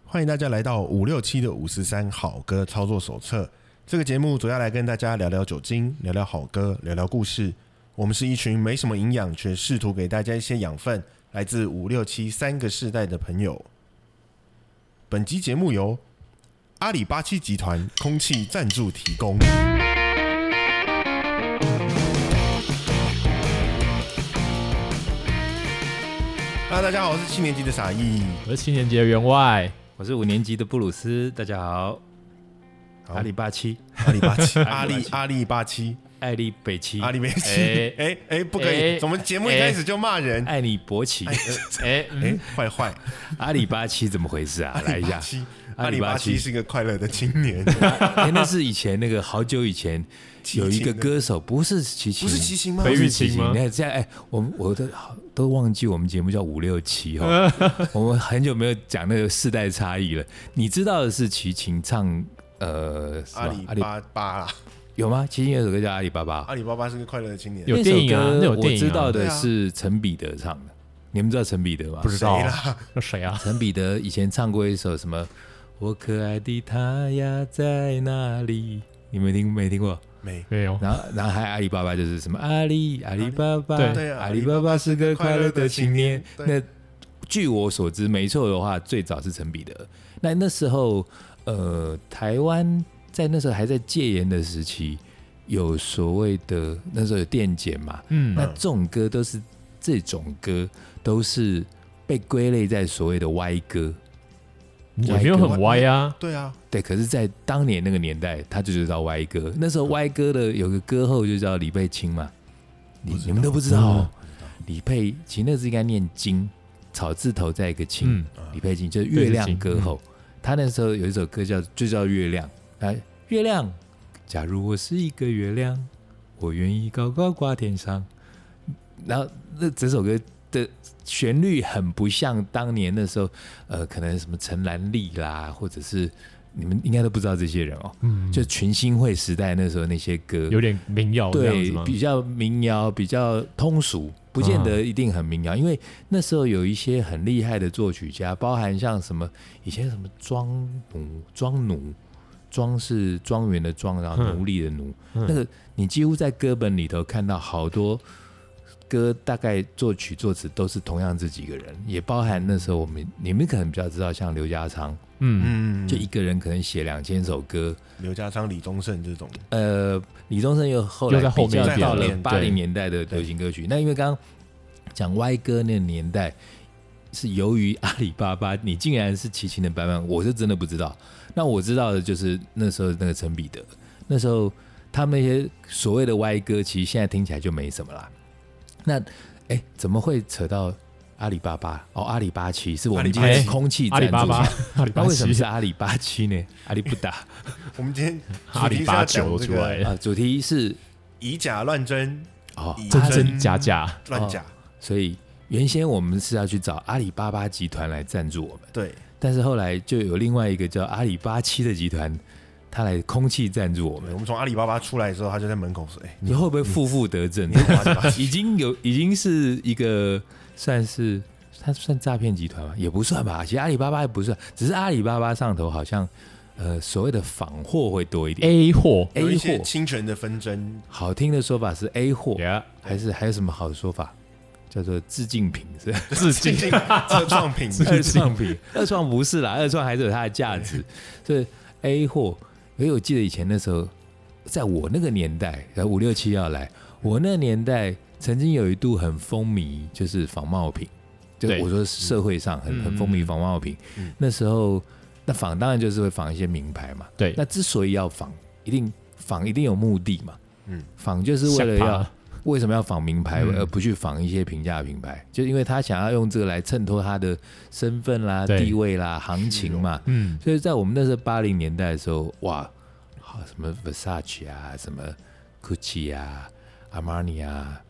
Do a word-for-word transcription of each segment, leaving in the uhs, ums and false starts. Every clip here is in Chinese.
欢迎大家来到五六七的五四三好歌操作手册。这个节目主要来跟大家聊聊酒精，聊聊好歌，聊聊故事。我们是一群没什么营养，却试图给大家一些养分，来自五六七三个世代的朋友。本集节目由阿里八七集团空气赞助提供。Hello， 大家好，我是七年级的傻义， 我是七年级的员外， 我是五年级的布鲁斯。大家好，好阿里八七， 阿里八七，阿里阿里八七， 爱丽北七， 阿里北七，哎哎，不可以，怎么节目一开始就骂人？ 爱你博奇， 哎哎，坏坏， 阿里八七怎么回事啊？来一下， 阿里八七是个快乐的青年。 哎，那是以前那个好久以前有一个歌手，不是齐秦， 不是齐秦吗？ 费玉清吗？ 你看这样，哎，我我都都忘记我们节目叫五六七哈，我们很久没有讲那个世代差异了。你知道的是齐秦唱呃阿里巴巴啦。 有吗？齐秦有首歌叫《阿里巴巴》， 阿里巴巴是个快乐的青年。 有电影啊，那有电影、啊。 我知道的是陈彼得唱的，你们知道陈彼得吗？ 不知道啊，那谁啊？ 陈彼得以前唱过一首什么“我可爱的他呀在哪里”，你们听没听过？ 没没有。 然后然后还有阿里巴巴就是什么阿里阿里巴巴， 对， 阿里巴巴是个快乐的青年。那据我所知，没错的话，最早是陈彼得。那那时候呃，台湾。在那时候还在戒严的时期，有所谓的那时候有电检嘛，嗯，那这种歌都是这种歌都是被归类在所谓的歪歌， 也没有很歪啊， 对啊， 对。可是，在当年那个年代，他就叫歪歌。那时候歪歌的有个歌后就叫李佩清嘛，你你们都不知道哦。李佩其实那字应该念金，草字头再一个清，李佩清就是月亮歌后。他那时候有一首歌叫就叫月亮。来，月亮，假如我是一个月亮，我愿意高高挂天上。然后那整首歌的旋律很不像当年那时候，呃，可能什么陈兰丽啦，或者是你们应该都不知道这些人哦。嗯，就群星会时代那时候那些歌， 有点民谣这样子吗？ 对，比较民谣，比较通俗，不见得一定很民谣，嗯、因为那时候有一些很厉害的作曲家，包含像什么以前什么庄奴、庄奴。庄是庄园的庄，然后奴隶的奴、嗯，那个你几乎在歌本里头看到好多歌，大概作曲作词都是同样这几个人，也包含那时候我们你们可能比较知道，像刘家昌，嗯，就一个人可能写两千首歌。 刘家昌、李宗盛这种， 呃，李宗盛又后来比较到了八零年代的流行歌曲。那因为刚刚讲歪歌那个年代。是由于阿里巴巴，你竟然是齐秦的版本，我是真的不知道。那我知道的就是那时候那个陈彼得，那时候他们那些所谓的歪歌，其实现在听起来就没什么啦。那哎，怎么会扯到阿里巴巴？哦，阿里巴七是我们今天空气赞助。阿里巴巴，那为什么是阿里巴七呢？阿里不打。 我们今天阿里巴九出来了、 啊，主题是以假乱真， 哦， 真真假假乱假、哦， 所以。原先我们是要去找阿里巴巴集团来赞助我们， 对， 但是后来就有另外一个叫阿里巴七的集团，他来空气赞助我们。 我们从阿里巴巴出来的时候，他就在门口说：“哎、欸， 你会不会负负得正？已经有已经是一个算是他算诈骗集团吗？也不算吧。其实阿里巴巴也不算，只是阿里巴巴上头好像呃所谓的仿货会多一点 ，A 货 ，A 货侵权的纷争。 好听的说法是 A 货， yeah, 还是还有什么好的说法？”叫做致敬品是致敬二创品， 二创品，二创不是啦，二创还是有它的价值。所以 A 货，因为我记得以前那时候，在我那个年代，五六七要来，我那个年代曾经有一度很风靡，就是仿冒品，就我说社会上很很风靡仿冒品。嗯、那时候，那仿当然就是会仿一些名牌嘛。 对， 那之所以要仿，一定仿一定有目的嘛。嗯，仿就是为了要。为什么要仿名牌而不去仿一些平价品牌？就因为他想要用这个来衬托他的身份啦、地位啦、行情嘛。嗯，所以在我们那时候八零年代的时候，哇，好什么 Versace 啊，什么 Gucci 啊、Armani 啊，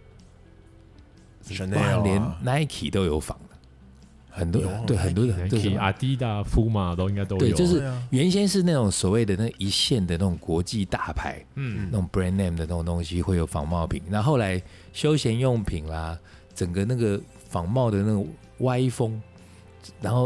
Chanel 啊， 连 Nike 都有仿的。很多对很多的对阿迪达、福马都应该都有。 对，就是原先是那种所谓的那一线的那种国际大牌，嗯，那种 brand name 的那种东西会有仿冒品。然后后来休闲用品啦，整个那个仿冒的那种歪风，然后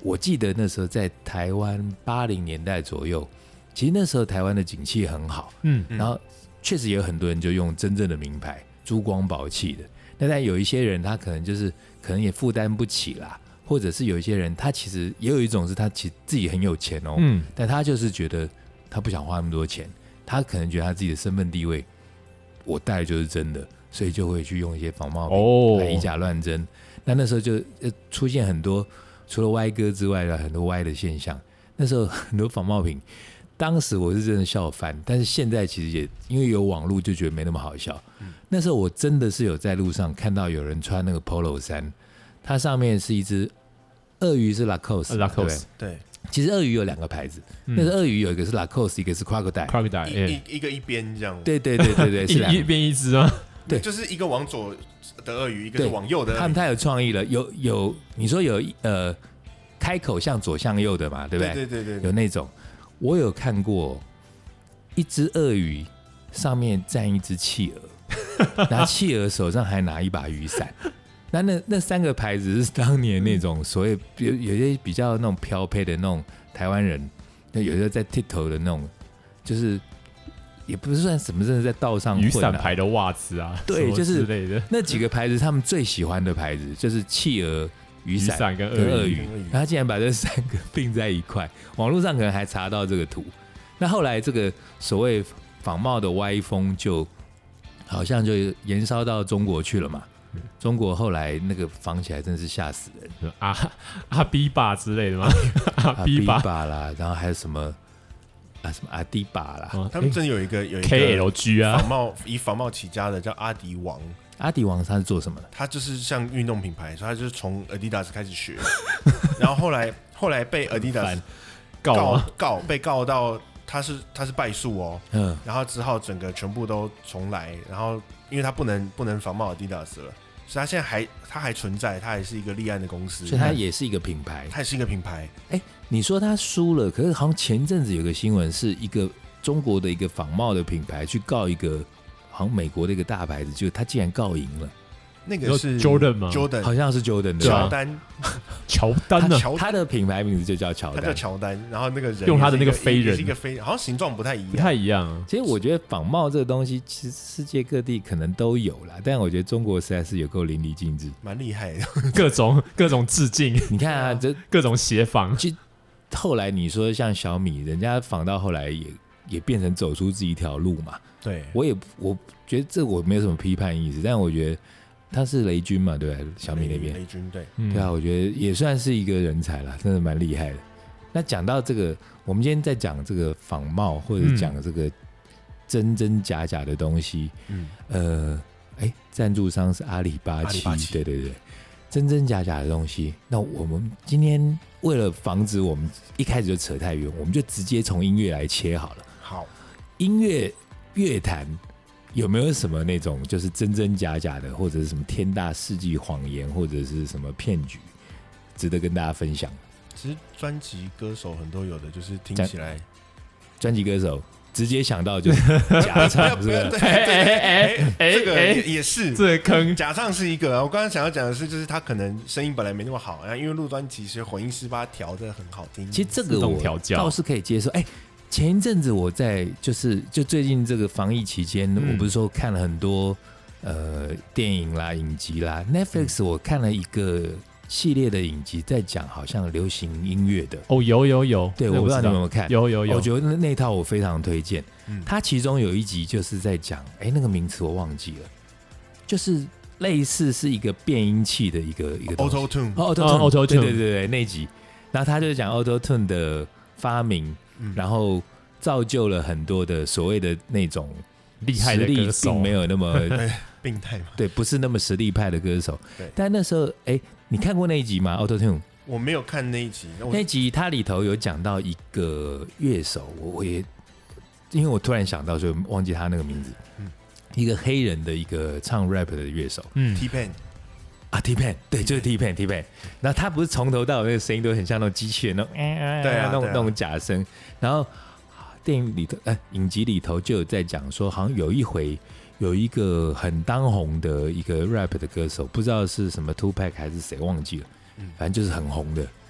我记得那时候在台湾八零年代左右，其实那时候台湾的景气很好， 嗯， 然后确实也有很多人就用真正的名牌珠光宝气的，那但有一些人他可能就是可能也负担不起啦，或者是有一些人他其实也有一种是他其实自己很有钱哦， 嗯， 但他就是觉得他不想花那么多钱，他可能觉得他自己的身份地位我戴的就是真的，所以就会去用一些仿冒品来以假乱真。那那时候就出现很多除了歪哥之外的很多歪的现象。那时候很多仿冒品，当时我是真的笑翻，但是现在其实也因为有网络就觉得没那么好笑。嗯、那时候我真的是有在路上看到有人穿那个 polo 衫，它上面是一只鳄鱼是 Lacoste，Lacoste 对。 其实鳄鱼有两个牌子，嗯、但是鳄鱼有一个是 Lacoste， 一个是 Crocodile， 一, 一, 一个一边这样。 对对对对对，是一边一只吗？ 对，就是一个往左的鳄鱼，一个是往右的鳄鱼。 他们太有创意了，有有你说有呃开口向左向右的嘛，对不对？ 对对 对, 对， 有那种，我有看过一只鳄鱼上面站一只企鹅，然后企鹅手上还拿一把雨伞。那那那三个牌子是当年那种所谓有有些比较那种飘配的那种台湾人，有些在剃头的那种，就是也不是算什么，真的在道上混、啊、 雨伞牌的袜子啊， 对，就是之类的那几个牌子，他们最喜欢的牌子就是企鹅、雨伞跟鳄鱼，然后他竟然把这三个并在一块，网络上可能还查到这个图。那后来这个所谓仿冒的歪风，就好像就延烧到中国去了嘛。中国后来那个仿起来真是吓死人， 阿阿 B 爸之类的吗？ 阿 B 爸啦，然后还有什么啊什么阿迪爸啦， 哦、他们真有一个有一个 K L G 啊， 仿冒以仿冒起家的叫阿迪王。 阿迪王他是做什么的？ 他就是像运动品牌，所以他就是从 Adidas 开始学，然后后来后来被 Adidas 告告告被告到他是他是败诉哦，嗯，然后之后整个全部都重来，然后因为他不能不能仿冒 Adidas 了。所以他现在还他还存在，他还是一个立案的公司， 所以他也是一个品牌， 他也是一个品牌。 哎、欸，你说他输了，可是好像前阵子有个新闻，是一个中国的一个仿冒的品牌去告一个好像美国的一个大牌子，就他竟然告赢了。 那个是 Jordan 吗 ？Jordan 好像是 Jordan 的乔丹， 乔丹呢？ 他的品牌名字就叫乔丹， 他叫乔丹。然后那个人用他的那个飞人， 是一个飞人，好像形状不太一样， 不太一样、啊。 其实我觉得仿冒这个东西，其实世界各地可能都有啦，但我觉得中国实在是有够淋漓尽致， 蛮厉害的， 各种各种致敬。 你看啊，这各种协仿。 就后来你说像小米，人家仿到后来也也变成走出自己一条路嘛。 对， 我也我觉得这我没有什么批判意思，但我觉得。他是雷军嘛，对不对？小米那边雷军对， 对啊，我觉得也算是一个人才啦，真的蛮厉害的。那讲到这个，我们今天在讲这个仿冒或者讲这个真真假假的东西，嗯，呃，哎，赞助商是阿里巴巴，对对对，真真假假的东西。那我们今天为了防止我们一开始就扯太远，我们就直接从音乐来切好了。 好， 音乐乐坛。有没有什么那种就是真真假假的，或者是什么天大世纪谎言，或者是什么骗局，值得跟大家分享？ 其实专辑歌手很多有的，就是听起来， 专辑歌手直接想到就是假唱，是不是？ 对对对，这个也也是这个坑， 假唱是一个。我刚刚想要讲的是，就是他可能声音本来没那么好，然后因为录专辑，其实混音师把它调得很好听。 其实这个我倒是可以接受，哎。前一阵子我在就是就最近这个防疫期间，嗯、我不是说看了很多呃电影啦、影集啦 ，Netflix 我看了一个系列的影集，在讲好像流行音乐的。 哦，有有有， 对，我不知道你们有没有看？ 有有有， 我觉得那那套我非常推荐。嗯、它其中有一集就是在讲，哎，那个名词我忘记了，就是类似是一个变音器的一个一个 Auto Tune， 哦 Auto Tune， 对对对对，那集，然后他就是讲 Auto Tune 的发明。嗯、然后造就了很多的所谓的那种厉害的歌手， 并没有那么病态嘛？ 对，不是那么实力派的歌手。但那时候，哎，你看过那一集吗 ？Auto Tune， 我没有看那一集。 那一集它里头有讲到一个乐手，我我也因为我突然想到，所以忘记他那个名字。嗯、一个黑人的一个唱 rap 的乐手， 嗯 ，T-Pain。 啊 ，T-Pain， 对，就是 T-Pain， T-Pain。然后他不是从头到尾那个声音都很像那种机器人那种， 对啊， 那种、 啊、 那种假声。然后电影里头，呃，影集里头就有在讲说，好像有一回有一个很当红的一个 rap 的歌手，不知道是什么 Tupac 还是谁忘记了，反正就是很红的。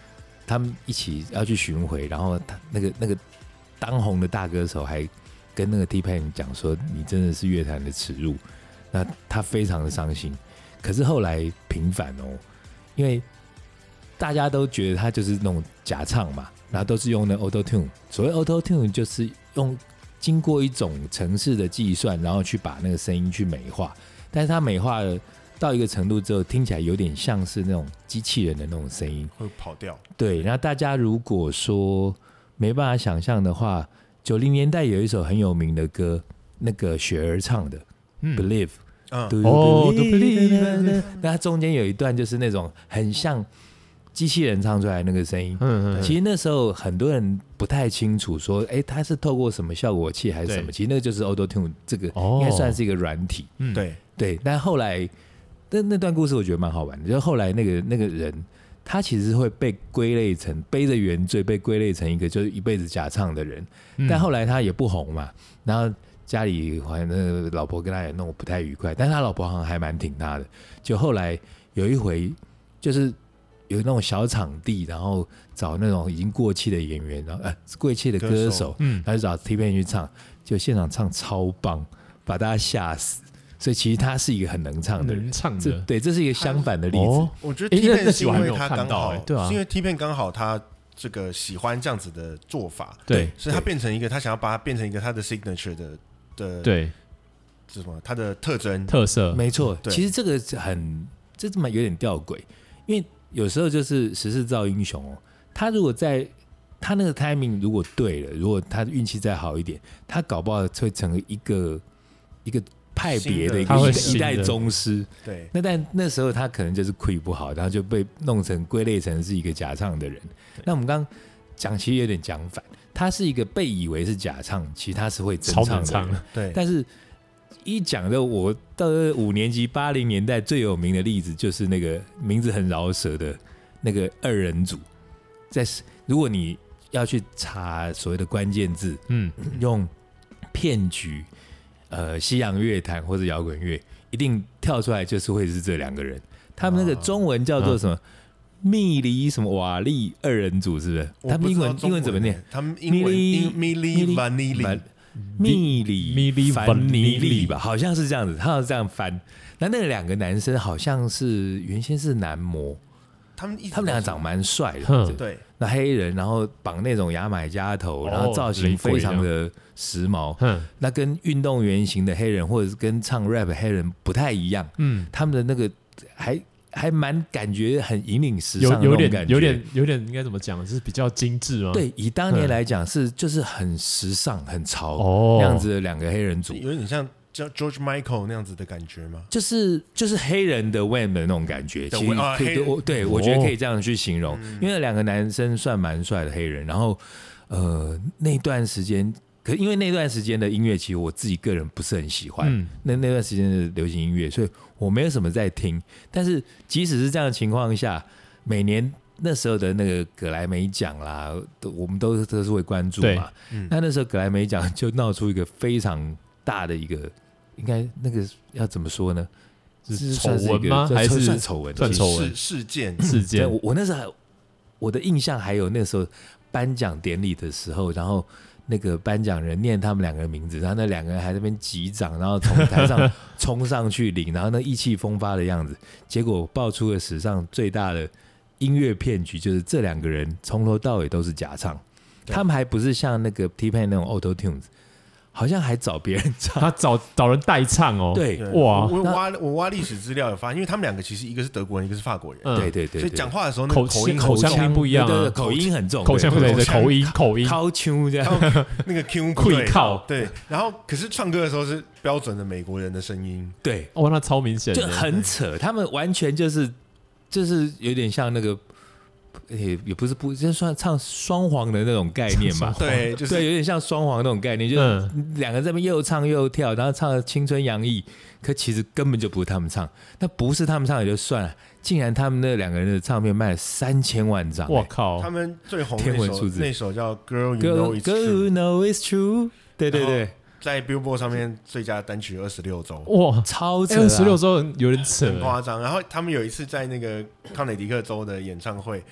他们一起要去巡回，然后他那个那个当红的大歌手还跟那个 T-Pain 讲说：“你真的是乐坛的耻辱。”那他非常的伤心。可是后来平反哦，因为大家都觉得他就是那种假唱嘛，然后都是用那 Auto Tune。所谓 Auto Tune 就是用经过一种程式的计算，然后去把那个声音去美化。但是他美化了到一个程度之后，听起来有点像是那种机器人的那种声音， 会跑掉。 对，然后大家如果说没办法想象的话，九零年代有一首很有名的歌，那个雪儿唱的《 嗯 Believe》。 嗯， 哦 Do believe 那它中间有一段就是那种很像机器人唱出来的那个声音。 嗯嗯， 其实那时候很多人不太清楚说，哎，它是透过什么效果器还是什么？ 对其实那个就是 Auto Tune， 这个哦应该算是一个软体。 嗯对对，但后来那那段故事我觉得蛮好玩的，就是后来那个那个人，他其实会被归类成背着原罪，被归类成一个就是一辈子假唱的人。 嗯但后来他也不红嘛，然后家里好像那个老婆跟他也弄得不太愉快，但是他老婆好像还蛮挺他的。就后来有一回，就是有那种小场地，然后找那种已经过气的演员，然后呃过气的歌手， 歌手嗯然后就找 T-Pain 去唱，就现场唱超棒，把大家吓死。所以其实他是一个很能唱的人能，唱的， 这对，这是一个相反的例子。 哦我觉得诶 T 那 Pain 那是因集我还没有为他刚看到好， 诶对啊是因为 T Pain 刚好他这个喜欢这样子的做法， 对所以他变成一个他想要把它变成一个他的 signature 的的对是什么？他的特征。 特色， 没错， 对其实这个很这怎么有点吊诡，因为有时候就是时势造英雄哦。他如果在他那个 timing 如果对了，如果他运气再好一点，他搞不好会成为一个一个派别的一个他会一代新的宗师。 对， 那但那时候他可能就是亏不好，然后就被弄成归类成是一个假唱的人。那我们刚刚讲其实有点讲反，他是一个被以为是假唱，其实他是会真超唱的能唱人。， 对， 但是一讲的我到五年级八零年代最有名的例子就是那个名字很饶舌的那个二人组，在如果你要去查所谓的关键字， 嗯， 用骗局、呃西洋乐坛或者摇滚乐，一定跳出来就是会是这两个人。他们那个中文叫做什么？蜜梨什么瓦利二人组是不是？他们英文英文怎么念？ 他们英文英 Milli Vanilli 蜜里蜜里凡尼利利吧，好像是这样子，他好像这样翻。那那两个男生好像是原先是男模， 他们一直他们两个长蛮帅的， 哼对， 那黑人，然后绑那种牙买加头， 哦然后造型非常的时髦。 哼， 那跟运动员型的黑人，或者是跟唱 rap 的黑人不太一样， 嗯， 他们的那个还还蛮感觉很引领时尚的有有那种感觉， 点有点有点应该怎么讲？是比较精致吗？， 对，以当年来讲是就是很时尚、很潮哦那样子的两个黑人组， 有点像叫 George Michael 那样子的感觉吗？ 就是就是黑人的 Wham 的那种感觉， 的其实 Wham，啊可以黑人我对哦我觉得可以这样去形容，因为两个男生算蛮帅的黑人，然后呃那段时间，可因为那段时间的音乐其实我自己个人不是很喜欢， 嗯， 那那段时间的流行音乐，所以我没有什么在听。但是即使是这样的情况下，每年那时候的那个葛莱美奖啦，都我们都都是会关注嘛。 嗯那那时候葛莱美奖就闹出一个非常大的一个，应该那个要怎么说呢？ 是算是一个丑闻吗？ 算还是算丑闻？ 算丑闻事事件事对， 件？ 我我那时候还我的印象还有那时候颁奖典礼的时候，然后那个颁奖人念他们两个人名字，然后那两个人还在那边击掌，然后从台上冲上去领，然后那意气风发的样子，结果爆出了史上最大的音乐骗局，就是这两个人从头到尾都是假唱， 对他们还不是像那个 T-Pain 那种 Auto Tunes，好像还找别人唱， 他找找人代唱哦，， 对对哇我我挖我挖历史资料有发现，因为他们两个其实一个是德国人，一个是法国人， 嗯对对对， 所以对讲话的时候那个口口音口腔不一样啊对对对口音很重， 口腔对对对口腔口音口音， 靠腔这样。 那个 Q 会靠对，然后可是唱歌的时候是标准的美国人的声音， 对， 哦，那超明显的， 就很扯，他们完全就是就是有点像那个，也也不是不，就算唱双簧的那种概念嘛。 对，就是对，有点像双簧那种概念，就是嗯两个在那边又唱又跳，然后唱的青春洋溢，可其实根本就不是他们唱，那不是他们唱也就算了，竟然他们那两个人的唱片卖了三千万张、欸， 我靠他，们最红那首天文数字那首叫 Girl You Girl, Know It's girl, you True， know it's true， 对对对， 在 Billboard 上面最佳单曲二十六周。 哇， 超扯、啊， 二十六周有点扯很夸张，然后他们有一次在那个康乃狄克州的演唱会，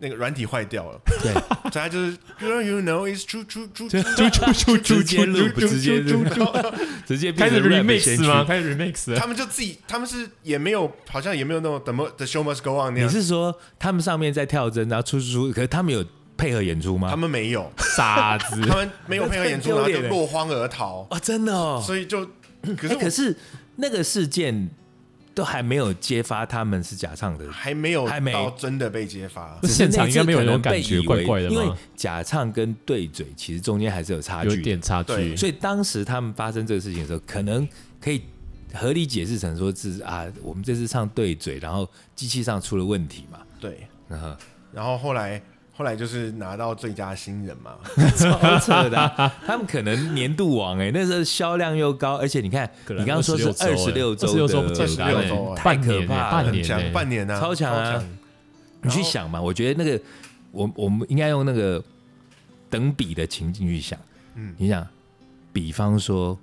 那个软体坏掉了， 对， 所以他就是 Girl you know it's true true true true true true 直接录，直接录，直接开始 remix 吗？开始 remix 了。 他们就自己，他们是也没有，好像也没有那种 the the show must go on 那样。 你是说他们上面在跳针，然后出出出，可是他们有配合演出吗？ 他们没有， 傻子， 他们没有配合演出，然后就落荒而逃。 哦，真的哦。 所以就，可是、 欸、可是那个事件都还没有揭发他们是假唱的， 还没有到真的被揭发。 现场应该没有那种感觉，怪怪的吗？ 因为假唱跟对嘴其实中间还是有差距， 有点差距。 所以当时他们发生这个事情的时候，可能可以合理解释成说是啊，我们这次唱对嘴，然后机器上出了问题嘛。 对， 嗯、 然后后来。后来就是拿到最佳新人嘛， 超扯的、啊。他们可能年度王哎、欸，那时候销量又高，而且你看，你刚刚说是二十六周的， 二十六周， 太可怕了， 半年， 半年啊， 超强啊！你去想嘛，我觉得那个，我我们应该用那个等比的情境去想。嗯，你想，比方说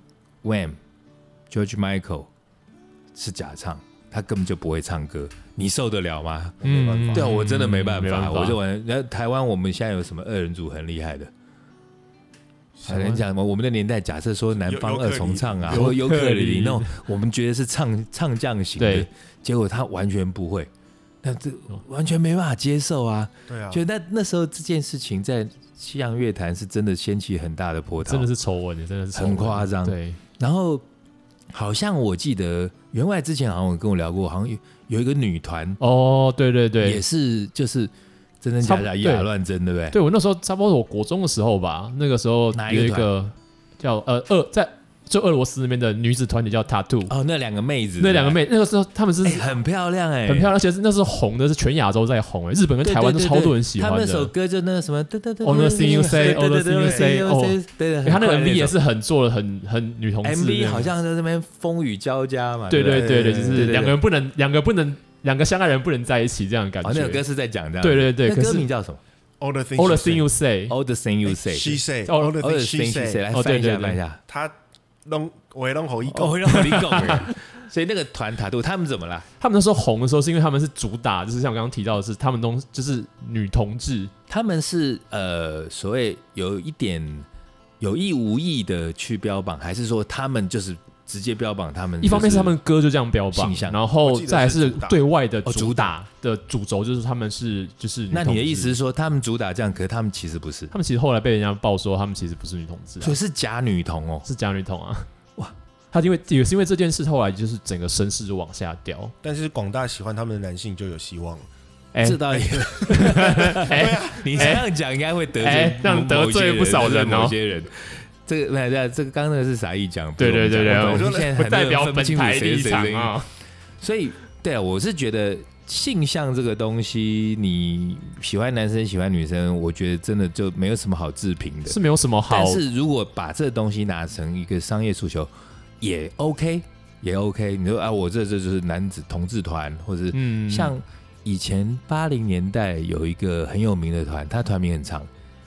Wham、George Michael 是假唱。他根本就不会唱歌，你受得了吗？ 没办法， 对啊，我真的没办法。 嗯、 我就玩，然后台湾我们现在有什么二人组很厉害的？还能讲吗？我们的年代，假设说南方二重唱啊，或尤克里里那种，我们觉得是唱唱将型的，结果他完全不会，那这完全没办法接受啊。 对啊， 就那那时候这件事情在西洋乐坛是真的掀起很大的波涛， 真的是丑闻，真的是很夸张。 对， 然后。好像我记得员外之前好像有跟我聊过，好像 有, 有一个女团哦，对对对， 也是就是真真假假以假乱真，对不对？ 对，我那时候差不多我国中的时候吧，那个时候有一个叫呃俄在就俄罗斯那边的女子团体叫 Tattoo 哦，那两个妹子， 那两个妹那个时候他们是、 欸、很漂亮哎、欸， 很漂亮，而且那是红的，是全亚洲在红哎、欸，日本跟台湾都超多人喜欢的。 他们那首歌就那个什么 ，All the things you say，All the things you say， 哦，对，他那个 M V 也是很做的很很女同志 ，M V 好像在这边风雨交加嘛， 对对对对，就是两个人不能两个不能两个相爱人不能在一起这样的感觉。 哦，那首歌是在讲这样， 对对对， 那歌名叫什么 ？All the things，All the things you say，All the things you say，She say，All the things she say， 来翻一下翻一下， 他。拢我拢好一讲，我拢好一讲。所以那个团塔杜他们怎么啦？ 他们那时候红的时候，是因为他们是主打，就是像我刚刚提到的是，他们都就是女同志， 他们是呃所谓有一点有意无意的去标榜，还是说他们就是直接标榜他们？ 一方面是他们歌就这样标榜，然后再来是对外的主打的主轴，就是他们是就是女同志。 那你的意思是说，他们主打这样，可是他们其实不是？ 他们其实后来被人家爆说，他们其实不是女同志、啊， 所以是假女同哦， 是假女同啊！哇，他因为也是因为这件事，后来就是整个声势就往下掉。 但是广大喜欢他们的男性就有希望了。 哎、欸，这倒也，哎、欸，你这样讲应该会得罪， 欸、让得罪不少人哦。 某些人，这个没有，这个刚刚那个是啥意讲？ 对对对对， 我们现在还没有分不清楚谁是谁啊。 所以，对啊，我是觉得性向这个东西，你喜欢男生喜欢女生，我觉得真的就没有什么好置评的， 是没有什么好。 但是如果把这个东西拿成一个商业诉求，也 OK， 也 OK。你说啊，我这这就是男子同志团，或者是像。以前八零年代有一个很有名的团，他团名很长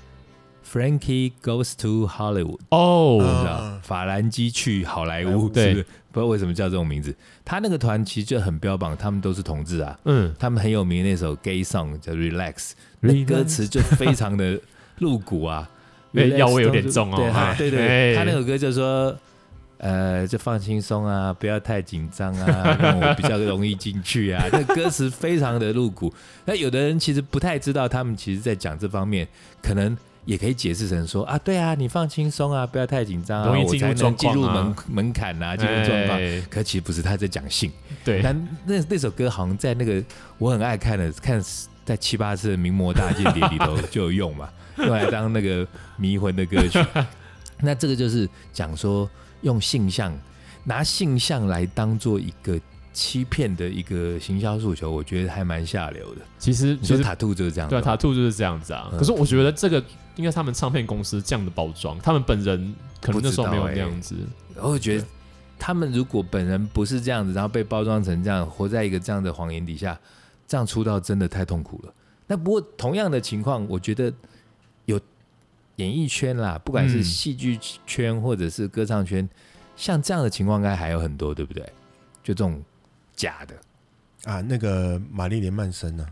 ，Frankie Goes to Hollywood。 哦， 知道法兰基去好莱坞， 对， 不知道为什么叫这种名字。他那个团其实就很标榜，他们都是同志啊。 嗯， 他们很有名的那首 Gay Song 叫 Relax， 那歌词就非常的露骨啊， 药味有点重哦。 对对对，他那首歌就说。呃，就放轻松啊，不要太紧张啊，让我比较容易进去啊。那歌词非常的露骨，那有的人其实不太知道，他们其实在讲这方面，可能也可以解释成说啊，对啊，你放轻松啊，不要太紧张啊， 容易进入状况啊， 我才能进入门门槛啊，进入状况。可其实不是，他在讲性。 对， 但那那首歌好像在那个我很爱看的，看在七八次的《名模大间谍》里头就有用嘛，用来当那个迷魂的歌曲。那这个就是讲说。用性向拿性向来当做一个欺骗的一个行销诉求，我觉得还蛮下流的。 其实， 其实塔兔就是这样， 对、啊，塔兔就是这样子啊。嗯、可是我觉得这个应该是他们唱片公司这样的包装，他们本人可能那时候没有那样子。 然后我觉得他们如果本人不是这样子，然后被包装成这样，活在一个这样的谎言底下，这样出道真的太痛苦了。那不过同样的情况，我觉得有。演艺圈啦，不管是戏剧圈或者是歌唱圈，嗯、像这样的情况应该还有很多，对不对？就这种假的啊，那个玛丽莲曼森呢？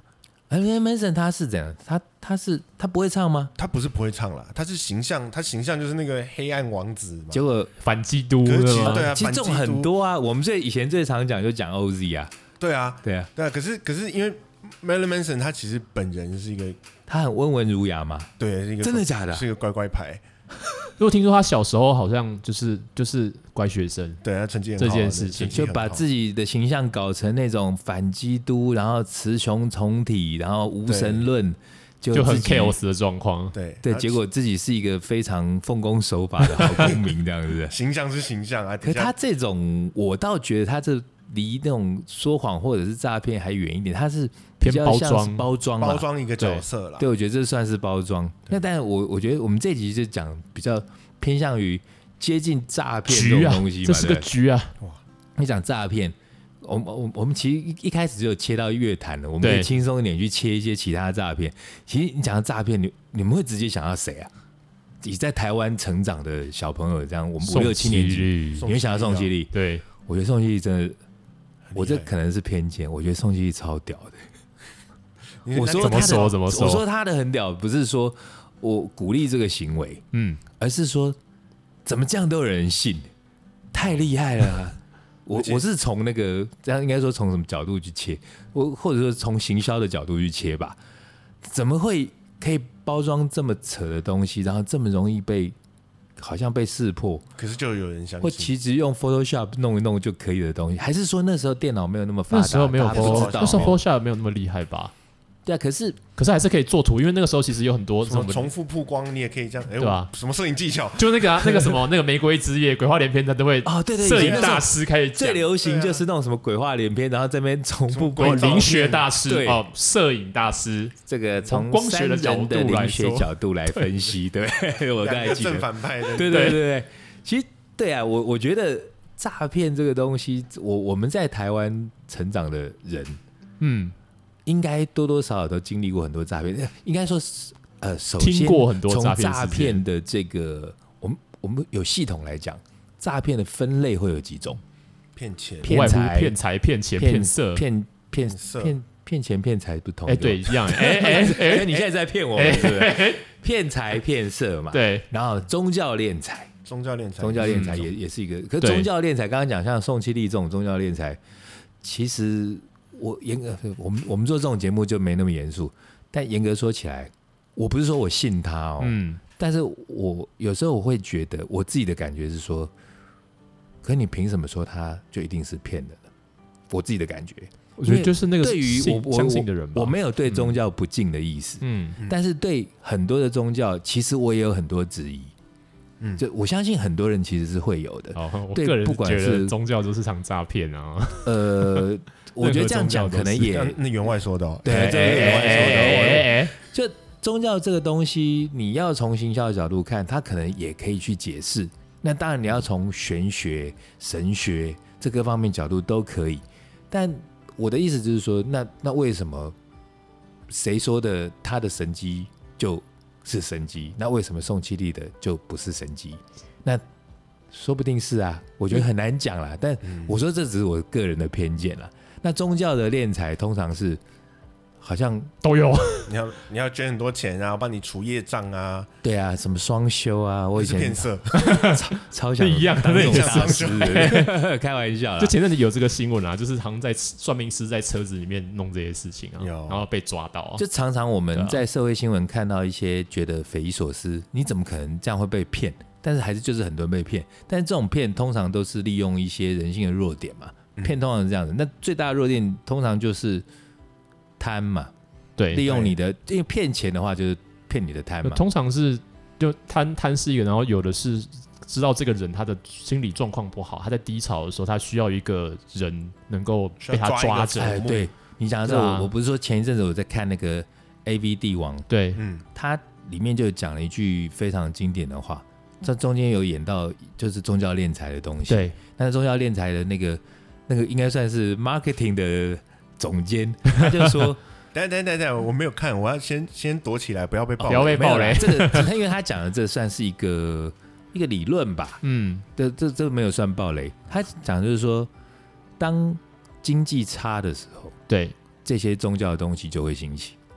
Marilyn Manson 他是怎样？他他是他不会唱吗？ 他不是不会唱啦，他是形象，他形象就是那个黑暗王子嘛。 结果反基督对吗？ 对啊， 其实这种很多啊。我们最以前最常讲就讲 O Z 啊。 对啊， 对啊， 对啊。可是可是因为 Marilyn Manson 他其实本人是一个， 他很温文儒雅嘛。 对，是一个真的假的？ 是一个乖乖牌。 因为听说他小时候好像就是就是乖学生， 对，他成绩很好这件事情， 就把自己的形象搞成那种反基督，然后雌雄同体，然后无神论，就就很 chaos 的状况。 对对，结果自己是一个非常奉公守法的好公民，这样子。 形象是形象啊， 可是他这种，我倒觉得他这离那种说谎或者是诈骗还远一点，他是比较像是包装包装一个角色啦。 对，我觉得这算是包装。那但是我我觉得我们这集就讲比较偏向于接近诈骗这种东西嘛， 这是个局啊！ 哇，你讲诈骗，我们我我们其实一开始就有切到乐坛了，我们可以轻松一点去切一些其他的诈骗。其实你讲到诈骗，你你们会直接想到谁啊？你在台湾成长的小朋友，这样我们五六七年级，你会想到宋七力？ 对， 我觉得宋七力真的，我这可能是偏见，我觉得宋七力超屌的。我说他的怎么说怎么说？ 我说他的很屌，不是说我鼓励这个行为，嗯，而是说怎么这样都有人信，太厉害了、啊。我我是从那个这样应该说从什么角度去切，我或者说从行销的角度去切吧。怎么会可以包装这么扯的东西，然后这么容易被好像被识破？ 可是就有人相信， 或其实用 Photoshop 弄一弄就可以的东西，还是说那时候电脑没有那么发达？ 那时候没有 Photoshop，那时候 Photoshop 没有那么厉害吧？ 对啊，可是可是还是可以做图，因为那个时候其实有很多什么重复曝光，你也可以这样，哎、欸， 对吧？ 什么摄影技巧？ 就那个啊，那个什么，那个玫瑰之夜、鬼话连篇，他都会哦，对对， 摄影大师开始讲， 最流行就是那种什么鬼话连篇，然后这边重复光灵学大师对哦，摄影大师， 这个从光学的角度的灵学角度来分析，对，我刚才记得正反派的， 对对对对，其实对啊，我我觉得诈骗这个东西，我我们在台湾成长的人，嗯。应该多多少少都经历过很多诈骗，应该说，呃，首先听过很多从诈骗的这个，我们我们有系统来讲，诈骗的分类会有几种： 骗钱、 骗财、 骗财、骗钱、骗色、 骗骗骗骗钱、骗财不同。 哎，对，一样。哎哎哎， 你现在在骗我们，是不是？骗财骗色嘛。 对。 然后宗教敛财， 宗教敛财， 宗教敛财也也是一个。可是宗教敛财，刚刚讲像宋七力这种宗教敛财，其实。我严格，我们我们做这种节目就没那么严肃，但严格说起来，我不是说我信他哦，嗯，但是我有时候我会觉得，我自己的感觉是说，可你凭什么说他就一定是骗的呢？我自己的感觉， 我觉得就是那个对于我相信的人吧， 我没有对宗教不敬的意思，嗯，但是对很多的宗教，其实我也有很多质疑。嗯，就我相信很多人其实是会有的。 哦，我个人不管是宗教都是场诈骗啊。 呃，我觉得这样讲可能也那员外说的、哦， 对，这是员外说的。欸、就宗教这个东西，你要从行销的角度看，它可能也可以去解释。那当然，你要从玄学、神学这个方面角度都可以。但我的意思就是说，那那为什么谁说的他的神迹就是神迹？那为什么宋七力的就不是神迹？那说不定是啊，我觉得很难讲啦。但我说这只是我个人的偏见啦。那宗教的敛财通常是好像都有， 你要你要捐很多钱啊，帮你除业障啊， 对啊，什么双修啊，我以前骗色， 超超想一样的那种大师，开玩笑啦。 就前阵子有这个新闻啊，就是好像在算命师在车子里面弄这些事情啊，然后被抓到啊。 就常常我们在社会新闻看到一些觉得匪夷所思，你怎么可能这样会被骗？但是还是就是很多人被骗，但是这种骗通常都是利用一些人性的弱点嘛，骗通常是这样子。那最大的弱点通常就是贪嘛， 对， 利用你的，因为骗钱的话就是骗你的贪嘛。 通常是就贪贪是一个，然后有的是知道这个人他的心理状况不好，他在低潮的时候，他需要一个人能够被他抓着。 哎，对你讲的这个，我我不是说前一阵子我在看那个 A V 帝王， 对， 嗯，他里面就讲了一句非常经典的话。这中间有演到就是宗教敛财的东西， 对， 但是宗教敛财的那个那个应该算是 marketing 的总监，他就说， 等等等等，我没有看，我要先先躲起来，不要被爆雷， 不要被爆雷。 这个因为他讲的这算是一个一个理论吧，嗯，这这这没有算爆雷。他讲的就是说，当经济差的时候， 对， 这些宗教的东西就会兴起。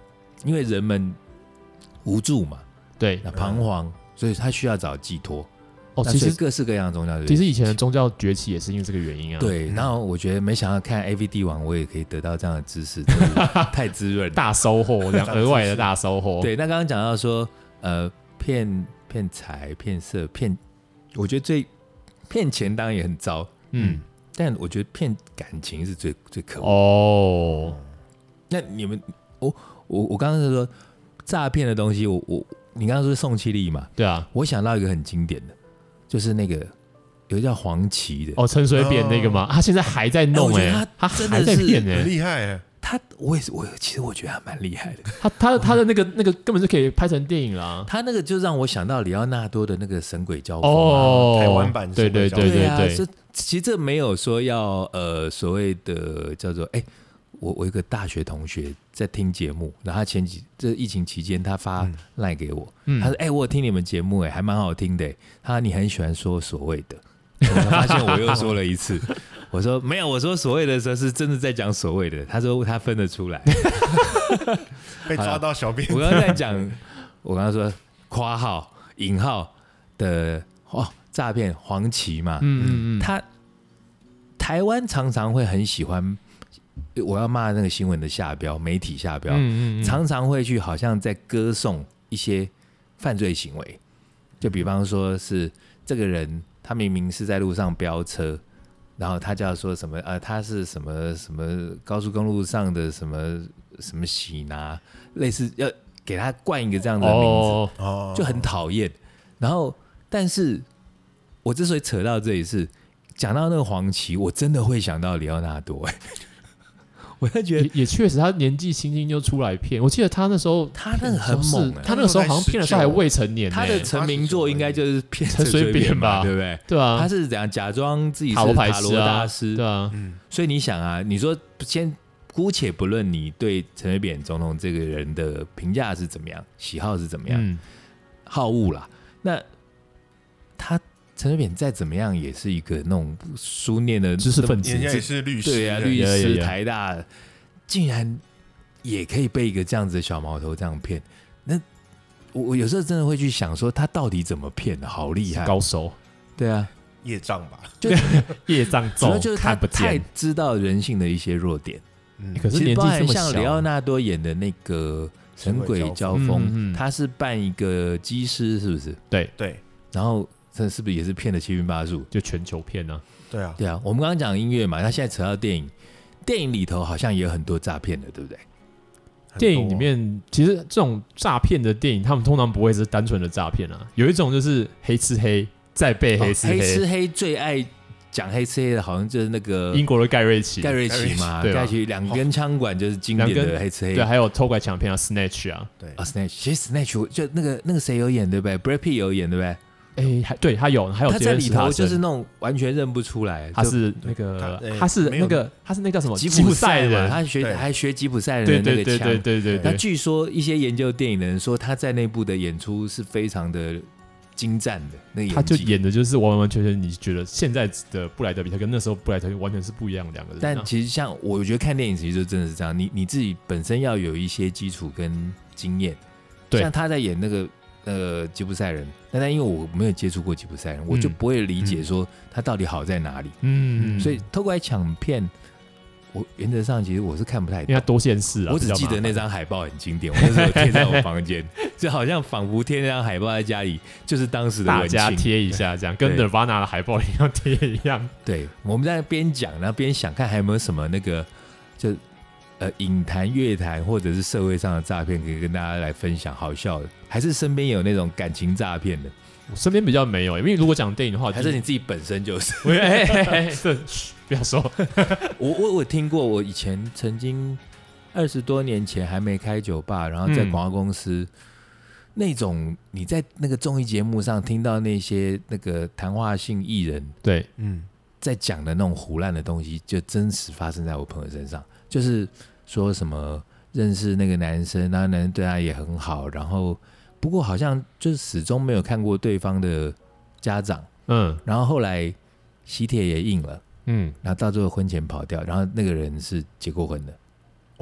因为人们无助嘛， 对， 那彷徨，所以他需要找寄托。 哦，其实各式各样的宗教， 其实以前的宗教崛起也是因为这个原因啊。 对，然后我觉得没想到看 A V 帝王，我也可以得到这样的知识，真的太滋润了， 大收获，这样额外的大收获。 对，那刚刚讲到说，呃，骗骗财、骗色、骗，我觉得最骗钱当然也很糟， 嗯， 但我觉得骗感情是最最可恶。 哦， 那你们，我我我刚刚是说诈骗的东西，我我你刚刚说宋七力嘛， 对啊， 我想到一个很经典的。就是那个有一个叫黄芪的哦，陈水扁那个嘛，他现在还在弄哎、欸，他还在骗哎、欸， 很厉害哎、欸。 他我也是，我其实我觉得他蛮厉害的。 他他他的那个那个根本是可以拍成电影啦。 他那个就让我想到里奥纳多的那个《神鬼交锋》 哦， 台湾版对对对对对对。 这、啊、其实这没有说要呃所谓的叫做哎、欸，我我一个大学同学在听节目，然后他前几这疫情期间他发赖给我，嗯、他说哎、欸，我有听你们节目哎、欸，还蛮好听的、欸。他说你很喜欢说所谓的，我发现我又说了一次。我说没有，我说所谓的时候是真的在讲所谓的。他说他分得出来， 被抓到小编。 我刚刚在讲，我刚刚说括号引号的哦诈骗黄芪嘛，嗯嗯嗯，他台湾常常会很喜欢，我要骂那个新闻的下标，媒体下标，嗯嗯嗯常常会去好像在歌颂一些犯罪行为，就比方说是这个人他明明是在路上飙车。然后他叫说什么呃，他是什么什么高速公路上的什么什么喜拿，类似要给他冠一个这样的名字，哦、就很讨厌。然后，但是我之所以扯到这里是讲到那个黄芪，我真的会想到里奥纳多、欸。我就觉得也, 也确实，他年纪轻轻就出来骗。我记得他那时候， 他那个很猛、欸， 他那个时候好像骗的时候还未成年、欸。 他的成名作应该就是骗陈水扁吧， 对不对？ 对啊， 他是怎样假装自己是塔罗牌塔罗大师， 对啊。 嗯，所以你想啊，你说先姑且不论你对陈水扁总统这个人的评价是怎么样，喜好是怎么样，嗯、好恶啦，那他。陈水扁再怎么样也是一个那种书念的知识分子， 也是律师， 对啊，律师台大，竟然也可以被一个这样子的小毛头这样骗。那我我有时候真的会去想说，他到底怎么骗的？好厉害， 高手。 对啊， 业障吧， 就业障重， 主要就是他太知道人性的一些弱点。 嗯，可是年纪这么小， 像里奥纳多演的那个《神鬼交锋》，嗯嗯、他是扮一个机师，是不是？ 对对， 然后。这是不是也是骗了七晕八素？ 就全球骗啊！ 对啊， 对啊。我们刚刚讲音乐嘛，他现在扯到电影，电影里头好像也有很多诈骗的，对不对？ 电影里面其实这种诈骗的电影，他们通常不会是单纯的诈骗啊，有一种就是黑吃黑，再被黑吃黑。 哦、黑吃黑最爱讲黑吃黑的，好像就是那个英国的盖瑞奇， 盖瑞奇嘛，盖瑞奇两根枪管就是经典的黑吃黑。 对，还有偷拐抢骗啊 ，Snatch 啊， 对啊 ，Snatch， 其实 Snatch 就那个那个谁有演对不对 ？Brad Pitt 有演对不对？ 哎、欸，对他有，还有他在里头就是那种完全认不出来， 他是那个，他是那个，他是那个叫什么吉普赛人， 他学还学吉普赛人的那个枪， 对对对对。 那据说一些研究电影的人说，他在那部的演出是非常的精湛的，那个他就演的就是完完全全，你觉得现在的布莱德比特跟那时候布莱德完全是不一样的两个人。 但其实像我觉得看电影其实就真的是这样，你你自己本身要有一些基础跟经验， 对， 像他在演那个。呃，吉普赛人，但但因为我没有接触过吉普赛人，嗯、我就不会理解说他到底好在哪里。嗯，所以偷拐抢骗，我原则上其实我是看不太懂， 因为他多线式啊。 我只记得那张海报很经典，我那时候贴在我房间，就好像仿佛贴那张海报在家里，就是当时的大家贴一下，这样跟 Nirvana 的海报一样贴一样。 对，我们在边讲，然后边想看还有没有什么那个就。呃，影坛、乐坛或者是社会上的诈骗，可以跟大家来分享好笑的，还是身边有那种感情诈骗的？ 我身边比较没有，因为如果讲电影的话， 还是你自己本身就是。 哎哎哎，不要说。 我我我听过，我以前曾经二十多年前还没开酒吧，然后在广告公司、嗯、那种你在那个综艺节目上听到那些那个谈话性艺人， 对， 嗯，在讲的那种胡乱的东西，就真实发生在我朋友身上。就是说什么认识那个男生，然后男生对他也很好，然后不过好像就是始终没有看过对方的家长，嗯，然后后来喜帖也印了，嗯，然后到最后婚前跑掉，然后那个人是结过婚的，哦，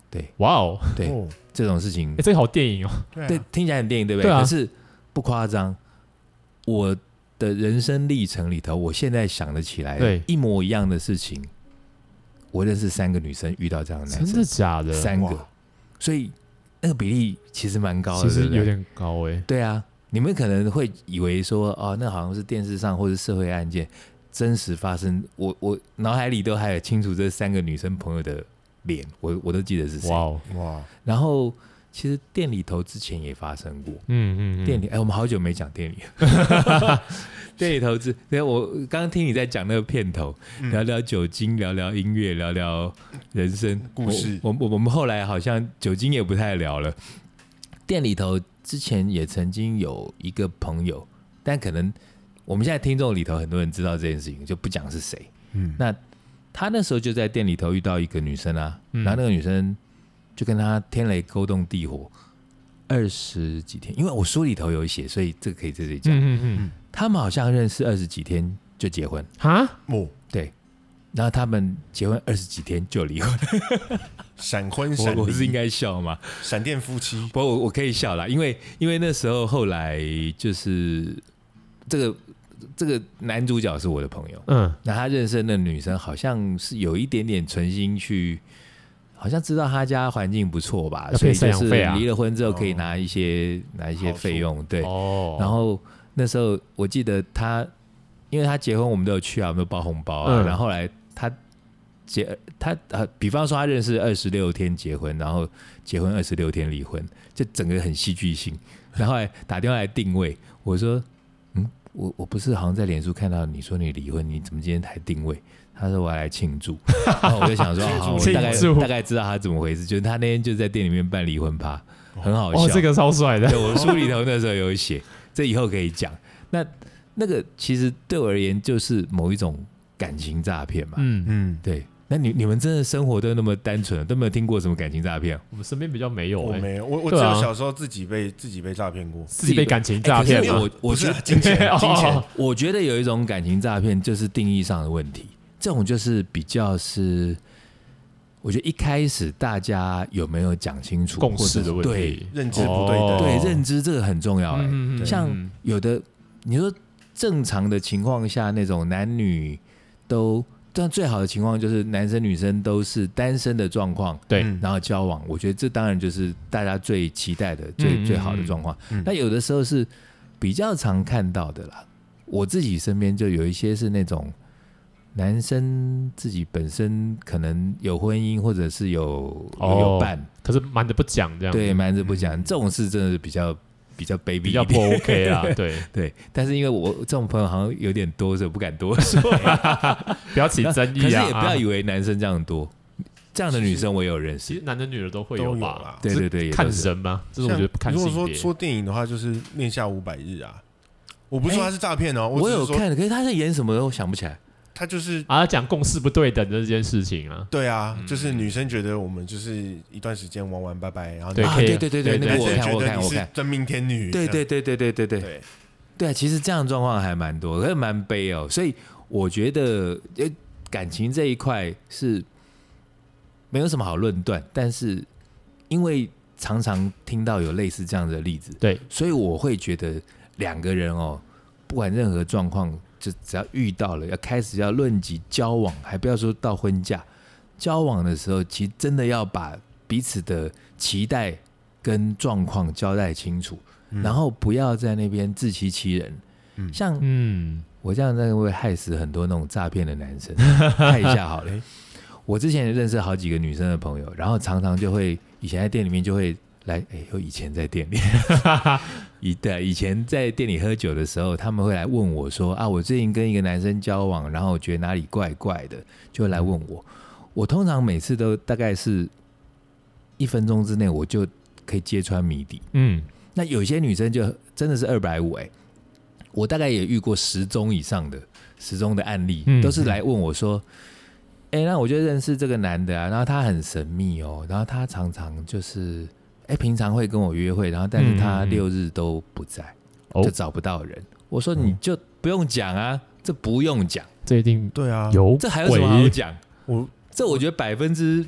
对， 哇哦， 对， 哦这种事情哎，，这个好电影哦。 对啊对，听起来很电影，对不对？ 对啊可是不夸张，我的人生历程里头，我现在想得起来， 对一模一样的事情，我认识三个女生遇到这样的男生， 真的假的？ 三个哇， 所以那个比例其实蛮高的， 其实对不对有点高哎。 对啊。你们可能会以为说，哦，那好像是电视上或是社会案件真实发生，我我脑海里都还有清楚这三个女生朋友的脸，我我都记得是谁。 哇哦， 哇， 然后其实店里头之前也发生过， 嗯嗯嗯， 店里，哎，我们好久没讲店里了。店里头是，对，我刚刚听你在讲那个片头， 嗯聊聊酒精，聊聊音乐，聊聊人生故事我我我们后来好像酒精也不太聊了。店里头之前也曾经有一个朋友，但可能我们现在听众里头很多人知道这件事情，就不讲是谁。 嗯， 那他那时候就在店里头遇到一个女生啊， 嗯然后那个女生就跟他天雷勾动地火二十几天，因为我书里头有写，所以这个可以在这里讲。 嗯嗯嗯， 他们好像认识二十几天就结婚， 哈， 哦， 对，然后他们结婚二十几天就离婚。 闪婚闪离， 我我是应该笑吗？ 闪电夫妻， 不过我我可以笑啦，因为因为那时候后来就是这个这个男主角是我的朋友， 嗯， 那他认识的那个女生好像是有一点点存心去，好像知道他家环境不错吧， 要配赡所以就是养费啊离了婚之后可以拿一些、拿一些费用，对。 哦， 然后那时候我记得他，因为他结婚我们都有去啊，我们都包红包啊。 嗯然后后来他结他呃，比方说他认识二十六天结婚，然后结婚二十六天离婚，就整个很戏剧性。然后来打电话来定位，我说嗯，我我不是好像在脸书看到你说你离婚，你怎么今天才定位？他说我要来庆祝，然后我就想说，好，我大概庆祝大概知道他怎么回事，就是他那天就在店里面办离婚趴，很好笑。 哦，这个超帅的对，我书里头那时候有写，这以后可以讲。那那个其实对我而言就是某一种感情诈骗嘛。 嗯， 嗯， 对。那你你们真的生活都那么单纯，都没有听过什么感情诈骗？ 我们身边比较没有哎， 我没有，我我只对啊有小时候自己被自己被诈骗过， 自己被感情诈骗吗？ 哎可是我我不是觉得金钱哦金钱， 我觉得有一种感情诈骗就是定义上的问题，这种就是比较是，我觉得一开始大家有没有讲清楚共识的问或者是题， 认知不对等哦对对认知这个很重要哎、 嗯嗯嗯像嗯有的你说正常的情况下，那种男女都，但最好的情况就是男生女生都是单身的状况， 对， 嗯然后交往，我觉得这当然就是大家最期待的、最、 嗯最好的状况。 嗯那有的时候是比较常看到的啦，我自己身边就有一些是那种男生自己本身可能有婚姻，或者是有有哦有伴， 可是瞒着不讲这样， 对，瞒着不讲， 嗯这种事真的是比较比较卑鄙比较不一点。 OK 啦，对， 对，但是因为我这种朋友好像有点多，所以我不敢多说。 不要起争可是议啊， 也不要以为男生这样多，这样的女生我也有认识。 其实男的女的都会都有吧啦， 对对对，也看都是人嘛，这是我觉得看如果性别。 说说电影的话，就是《恋夏五百日》啊，我不是说他是诈骗哦，只是说我有看，可是他在演什么都想不起来。 他就是啊，讲共识不对等的这件事情啊， 对啊， 嗯就是女生觉得我们就是一段时间玩玩拜拜，然后啊， 对可以对对对对， 对那个我看男生觉得我看我看， 你是真命天女， 对对对对对对对对， 对啊，其实这样的状况还蛮多，可是蛮悲哦。所以我觉得，呃，感情这一块是没有什么好论断，但是因为常常听到有类似这样的例子， 对， 所以我会觉得两个人哦，不管任何状况，就只要遇到了，要开始要论及交往，还不要说到婚嫁，交往的时候，其实真的要把彼此的期待跟状况交代清楚， 嗯然后不要在那边自欺欺人。 嗯像嗯， 我这样真的会害死很多那种诈骗的男生。看一下好了，我之前也认识好几个女生的朋友，然后常常就会以前在店里面就会来，哎，有以前在店里，以对以前在店里喝酒的时候，他们会来问我说啊，我最近跟一个男生交往，然后我觉得哪里怪怪的，就会来问我。我通常每次都大概是一分钟之内，我就可以揭穿谜底。 嗯， 那有些女生就真的是二百五哎，我大概也遇过十宗以上的十宗的案例， 嗯都是来问我说，哎、欸，那我就认识这个男的啊，然后他很神秘哦，然后他常常就是哎、欸，平常会跟我约会，然后但是他六日都不在， 哦就找不到人。我说你就不用讲啊，这不用讲， 这一定对啊， 有这还有什么好鬼讲？ 我这我觉得百分之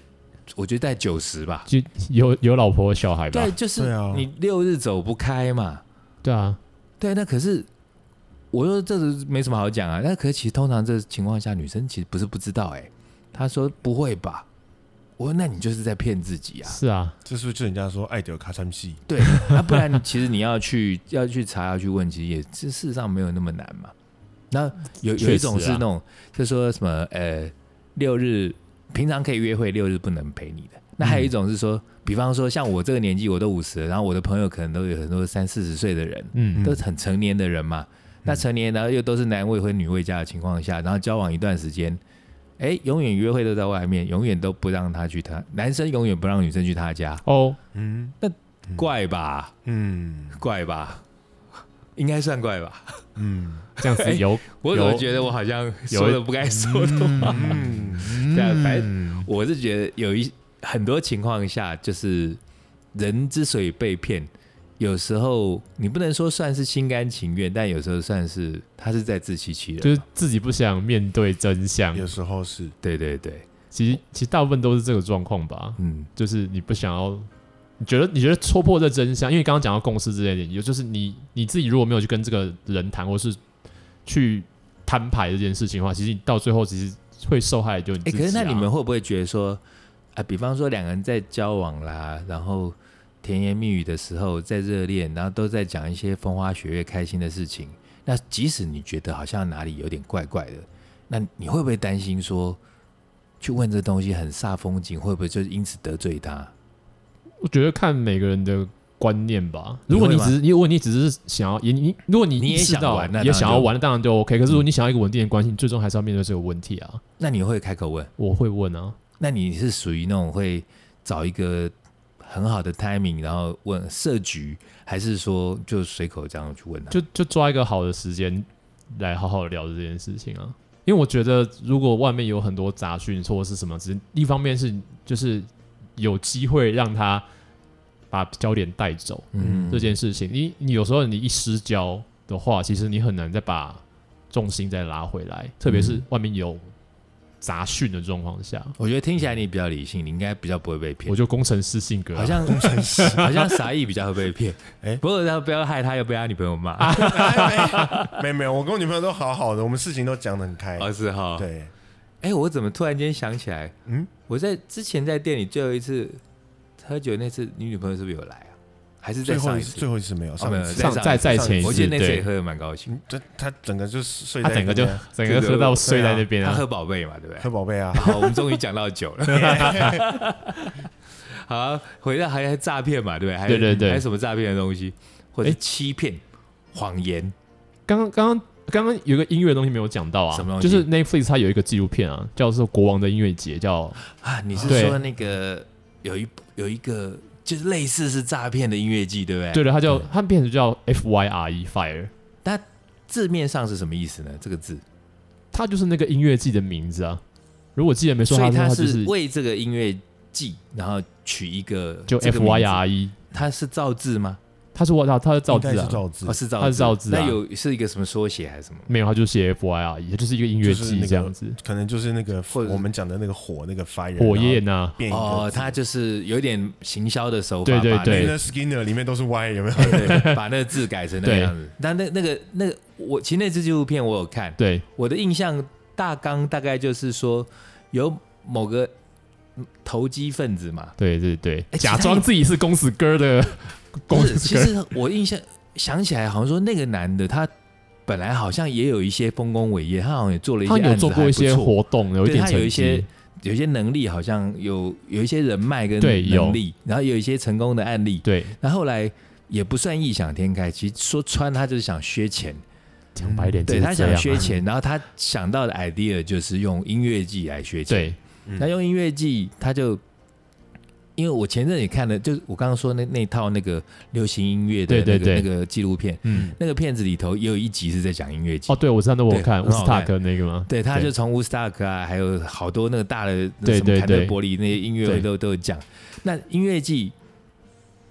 我觉得在九十吧， 就有有老婆小孩吧？ 对，就是你六日走不开嘛。 对啊， 对，那可是我说这没什么好讲啊。那可是其实通常这情况下，女生其实不是不知道哎、欸，她说不会吧？我说那你就是在骗自己啊。 是啊， 这是不是人家说爱丢卡山戏？ 对，啊，不然其实你要去要去查要去问，其实也事实上没有那么难嘛。那有有一种是那种，就说什么呃六日平常可以约会，六日不能陪你的。那还有一种是说，嗯、比方说像我这个年纪，我都五十了，然后我的朋友可能都有很多三四十岁的人，嗯，都是很成年的人嘛。嗯、那成年然后又都是男未婚女未嫁的情况下，然后交往一段时间。哎，永远约会都在外面，永远都不让他去他男生永远不让女生去他家哦， 嗯，那怪吧，嗯，怪吧，应该算怪吧， 嗯，这样子有， 我怎么觉得我好像说了不该说的话，嗯，对啊，反正我是觉得有一很多情况下，就是人之所以被骗。有时候你不能说算是心甘情愿，但有时候算是他是在自欺欺人， 就是自己不想面对真相。 有时候是， 对对对， 其实其实大部分都是这个状况吧。嗯，就是你不想要，你觉得你觉得戳破这真相，因为刚刚讲到共识这一点，也就是你你自己如果没有去跟这个人谈，或是去摊牌这件事情的话，其实你到最后其实会受害就你自己、啊。 欸、可是那你们会不会觉得说，啊，比方说两个人在交往啦，然后。甜言蜜语的时候，在热恋，然后都在讲一些风花雪月、开心的事情。那即使你觉得好像哪里有点怪怪的，那你会不会担心说，去问这东西很煞风景，会不会就因此得罪他？ 我觉得看每个人的观念吧。如果你只是，如果你只是想要，你如果你意识到你也想要玩，当然就 OK。可是如果你想要一个稳定的关系，你最终还是要面对这个问题啊。 那你会开口问？ 我会问啊。 那你是属于那种会找一个？很好的 timing， 然后问设局，还是说就随口这样去问他？ 就就抓一个好的时间来好好聊这件事情啊。因为我觉得，如果外面有很多杂讯或者是什么，只是一方面是就是有机会让他把焦点带走，嗯，这件事情，你你有时候你一失焦的话，其实你很难再把重心再拉回来，特别是外面有。杂讯的状况下， 我觉得听起来你比较理性，你应该比较不会被骗。 我就工程师性格、啊， 好像工程师，好像傻义比较会被骗。哎、欸，不过他不要害他，又被他女朋友骂。 没有没有，我跟我女朋友都好好的，我们事情都讲得很开。 哦，是哈。 对。 哎、欸，我怎么突然间想起来？嗯，我在之前在店里最后一次喝酒那次，你女朋友是不是有来啊？还是在上一次？ 最后一次没有，上一次上再再前一次， 我记得那次也喝得蛮高兴。 这他整个就睡在， 他整个就整个喝到睡在那边啊。 他喝宝贝嘛，对不对？ 喝宝贝啊。 好，我们终于讲到酒了。好，回到还有诈骗嘛，对不对？ 对对对， 还有什么诈骗的东西，或者欺骗、谎言？ 刚刚刚刚刚刚有一个音乐的东西没有讲到啊， 什么东西？ 就是 Netflix 它有一个纪录片啊，叫做《国王的音乐节》，叫啊，你是说那个有一有一个？就是类似是诈骗的音乐季，对不对？ 对的，它叫它变成叫 F Y R E Fire， 它字面上是什么意思呢？这个字， 它就是那个音乐季的名字啊。如果记得没错， 所以它是为这个音乐季，然后取一个就 F Y R E， 它是造字吗？ 它是它它是造字啊， 是造字， 哦是造字， 它是造字啊。 那有是一个什么缩写还是什么？ 没有，它就写 F Y R E， 它就是一个音乐季这样子。 那個、可能就是那个我们讲的那个火那个 fire 火焰啊。 哦，它就是有点行销的手法， 对对对。 那 Skinner 里面都是 Y 有没有？ 对，把那个字改成那个样子。但那那个那个我其实那支纪录片我有看， 对， 我的印象大纲大概就是说有某个投机分子嘛， 对对对，欸、假装自己是公子哥的。 不是，其实我印象想起来，好像说那个男的他本来好像也有一些丰功伟业，他好像也做了一些案子， 他有做过一些活动，有一点成绩， 他有一些有一些能力，好像有有一些人脉跟能力，然后有一些成功的案例。 对， 然后后来也不算异想天开，其实说穿他就是想削钱， 讲白点， 对他想削钱，然后他想到的 idea 就是用音乐季来削钱。 对， 那用音乐季他就。因为我前阵也看了，就是我刚刚说那那套那个流行音乐的那个对对对那个纪录片，嗯，那个片子里头也有一集是在讲音乐季。 哦，对，我知道，那我看乌斯塔克那个吗？ 对，他就从乌斯塔克啊，还有好多那个大的什么坎特伯里那些音乐会都都有讲。那音乐季就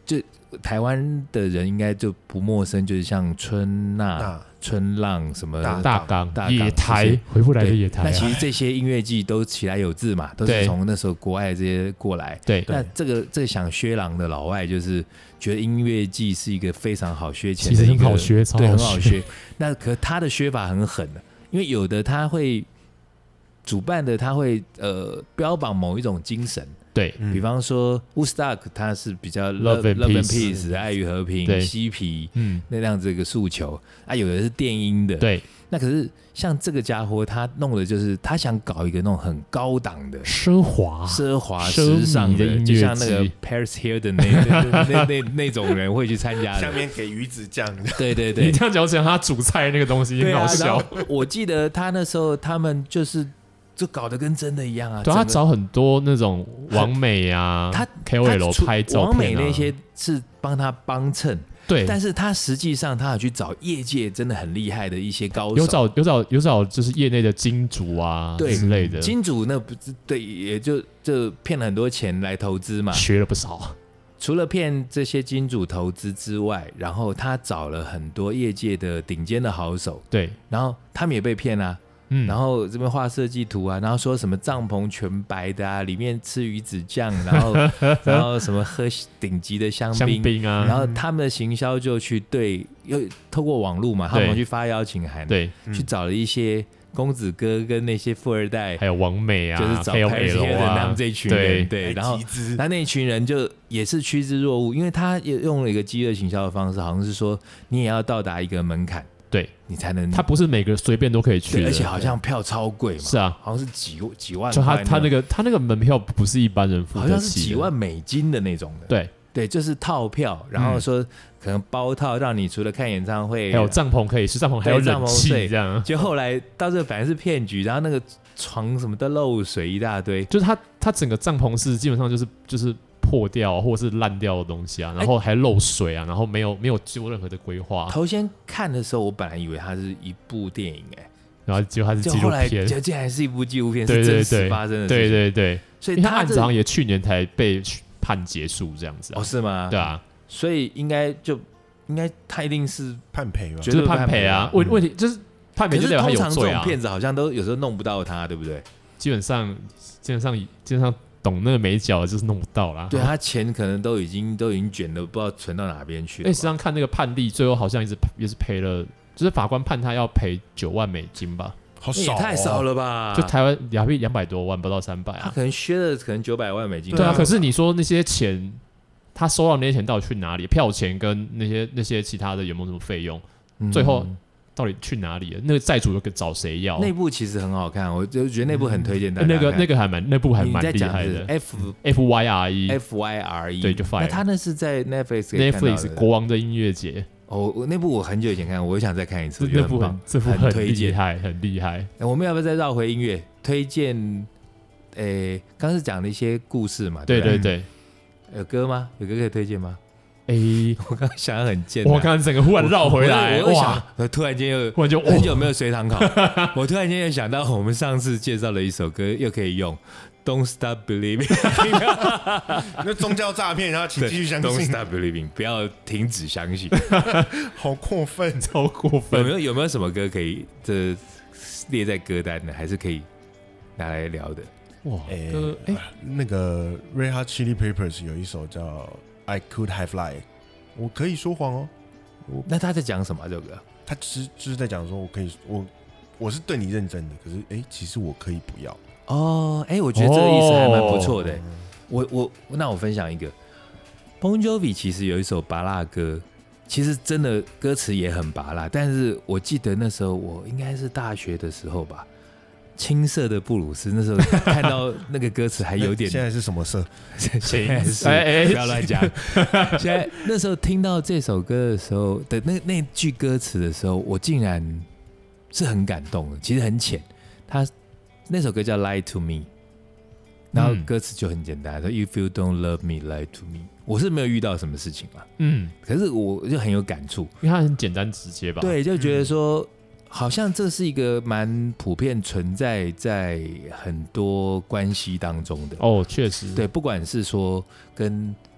台湾的人应该就不陌生，就是像春娜、春浪什么大大港、 大港野台回不来的野台、啊。 那其实这些音乐季都起来有字嘛，都是从那时候国外这些过来。 对， 那这个这个想薛郎的老外就是觉得音乐季是一个非常好削钱的一个， 其实很好学，超好对，很好学。那可他的削法很狠的，因为有的他会主办的他会呃标榜某一种精神。 对， 嗯、比方说 Woodstock 它是比较 Love and Love and Peace， Peace 爱与和平、嬉皮，嗯，那样子一个诉求啊，有的是电音的， 对。 那可是像这个家伙，他弄的就是他想搞一个那种很高档的、 奢华、 奢华、时尚的音乐， 就像那个 Paris Hilton 那那那那那种人会去参加的。 下面给鱼子酱， 对对对， 你这样讲讲他煮菜那个东西很好笑。 啊、我记得他那时候他们就是就搞得跟真的一样啊。 对，他找很多那种网美啊，他 K O L 拍照片、啊， 网美那些是帮他帮衬。 对， 但是他实际上他有去找业界真的很厉害的一些高手， 有找有找有找就是业内的金主啊之类的。 金主那不是对，也就就骗了很多钱来投资嘛， 学了不少。 除了骗这些金主投资之外，然后他找了很多业界的顶尖的好手， 对， 然后他们也被骗啊。嗯、然后这边画设计图啊，然后说什么帐篷全白的啊，里面吃鱼子酱，然后然后什么喝顶级的香槟， 香槟啊， 然后他们的行销就去对，又透过网络嘛，他们去发邀请函， 对， 去找了一些公子哥跟那些富二代， 还有王美啊， 就是找 Paris Hilton 他们这一群人，对，然后他那一群人就也是趋之若鹜，因为他也用了一个饥饿行销的方式，好像是说你也要到达一个门槛。 对， 你才能， 他不是每个随便都可以去的， 而且好像票超贵嘛， 是啊， 好像是几几万块， 就他他那个他那个门票不是一般人付得起的， 好像是几万美金的那种的， 对对，就是套票，然后说可能包套，让你除了看演唱会， 还有帐篷可以是帐篷，还有冷气这样， 就后来到这个反正是骗局，然后那个床什么的漏水一大堆， 就是他他整个帐篷是基本上就是就是。破掉或者是烂掉的东西啊，然后还漏水啊，然后没有没有做任何的规划。 头先看的时候，我本来以为它是一部电影哎、欸， 然后结果它是纪录片， 就竟然是一部纪录片， 对对对， 是真实发生的事情。 对对对， 所以因为他案子好像也去年才被判结束这样子、啊。 哦，是吗？ 对啊， 所以应该就应该他一定是判赔吧？ 就是判赔啊。问、嗯、问题就是判赔就代表他有罪啊。 通常这种骗子好像都有时候弄不到他，对不对？ 基本上基本上基本上。懂那个美角就是弄不到啦， 对他钱可能都已经都已经卷的不知道存到哪边去了。 哎，实际上看那个判例，最后好像也是也是赔了，就是法官判他要赔九万美金吧， 好少、哦， 也太少了吧？ 就台湾亚币两百多万，不到三百啊。 他可能削了可能九百万美金。 对啊，可是你说那些钱，他收到那些钱到底去哪里？票钱跟那些那些其他的有没有什么费用？嗯、最后。到底去哪里了？那个债主又找谁要？ 那部其实很好看，我就觉得那部很推荐大家看、 嗯。那个那个还蛮那部还蛮厉害的。 F F Y R E F Y R E 对，就 Fire。 那他那是在 Netflix Netflix 国王的音乐节。 哦，那部我很久以前看，我想再看一次。 那部很这部很推荐， 厉害，很厉害。 我们要不要再绕回音乐？推荐，诶，刚是讲的一些故事嘛？对对对。 有歌吗？有歌可以推荐吗？ 哎、欸， 我刚刚想得很贱、啊， 我刚刚整个忽然绕回来，哇！ 突然间又忽然就很久没有随堂考，我突然间又想到我们上次介绍的一首歌，又可以用 Don't Stop Believing 那宗教诈骗，然后请继续相信 Don't Stop Believing 不要停止相信， 好过分， 超过分！ 有没有有没有什么歌可以这列在歌单呢？还是可以拿来聊的？ 哇， 哎、欸欸，那个 Red Hot Chili Peppers 有一首叫。I could have lied， 我可以说谎哦。 那他在讲什么、啊？这个他只就是在讲说，我可以，我我是对你认真的，可是哎、欸，其实我可以不要。 哦，哎、欸，我觉得这个意思还蛮不错的、欸。哦、我我那我分享一个 ，Bon Jovi 其实有一首芭乐歌，其实真的歌词也很芭乐，但是我记得那时候我应该是大学的时候吧。青涩的布鲁斯，那时候看到那个歌词还有点。 现在是什么色？ 现在是、欸、不要乱讲。现在那时候听到这首歌的时候的那那句歌词的时候，我竟然是很感动的。其实很浅，他那首歌叫《Lie to Me》，然后歌词就很简单，说、嗯、If you don't love me, lie to me。我是没有遇到什么事情嘛，嗯，可是我就很有感触， 因为它很简单直接吧。 对，就觉得说。嗯好像这是一个蛮普遍存在在很多关系当中的哦，确实， 对，不管是说跟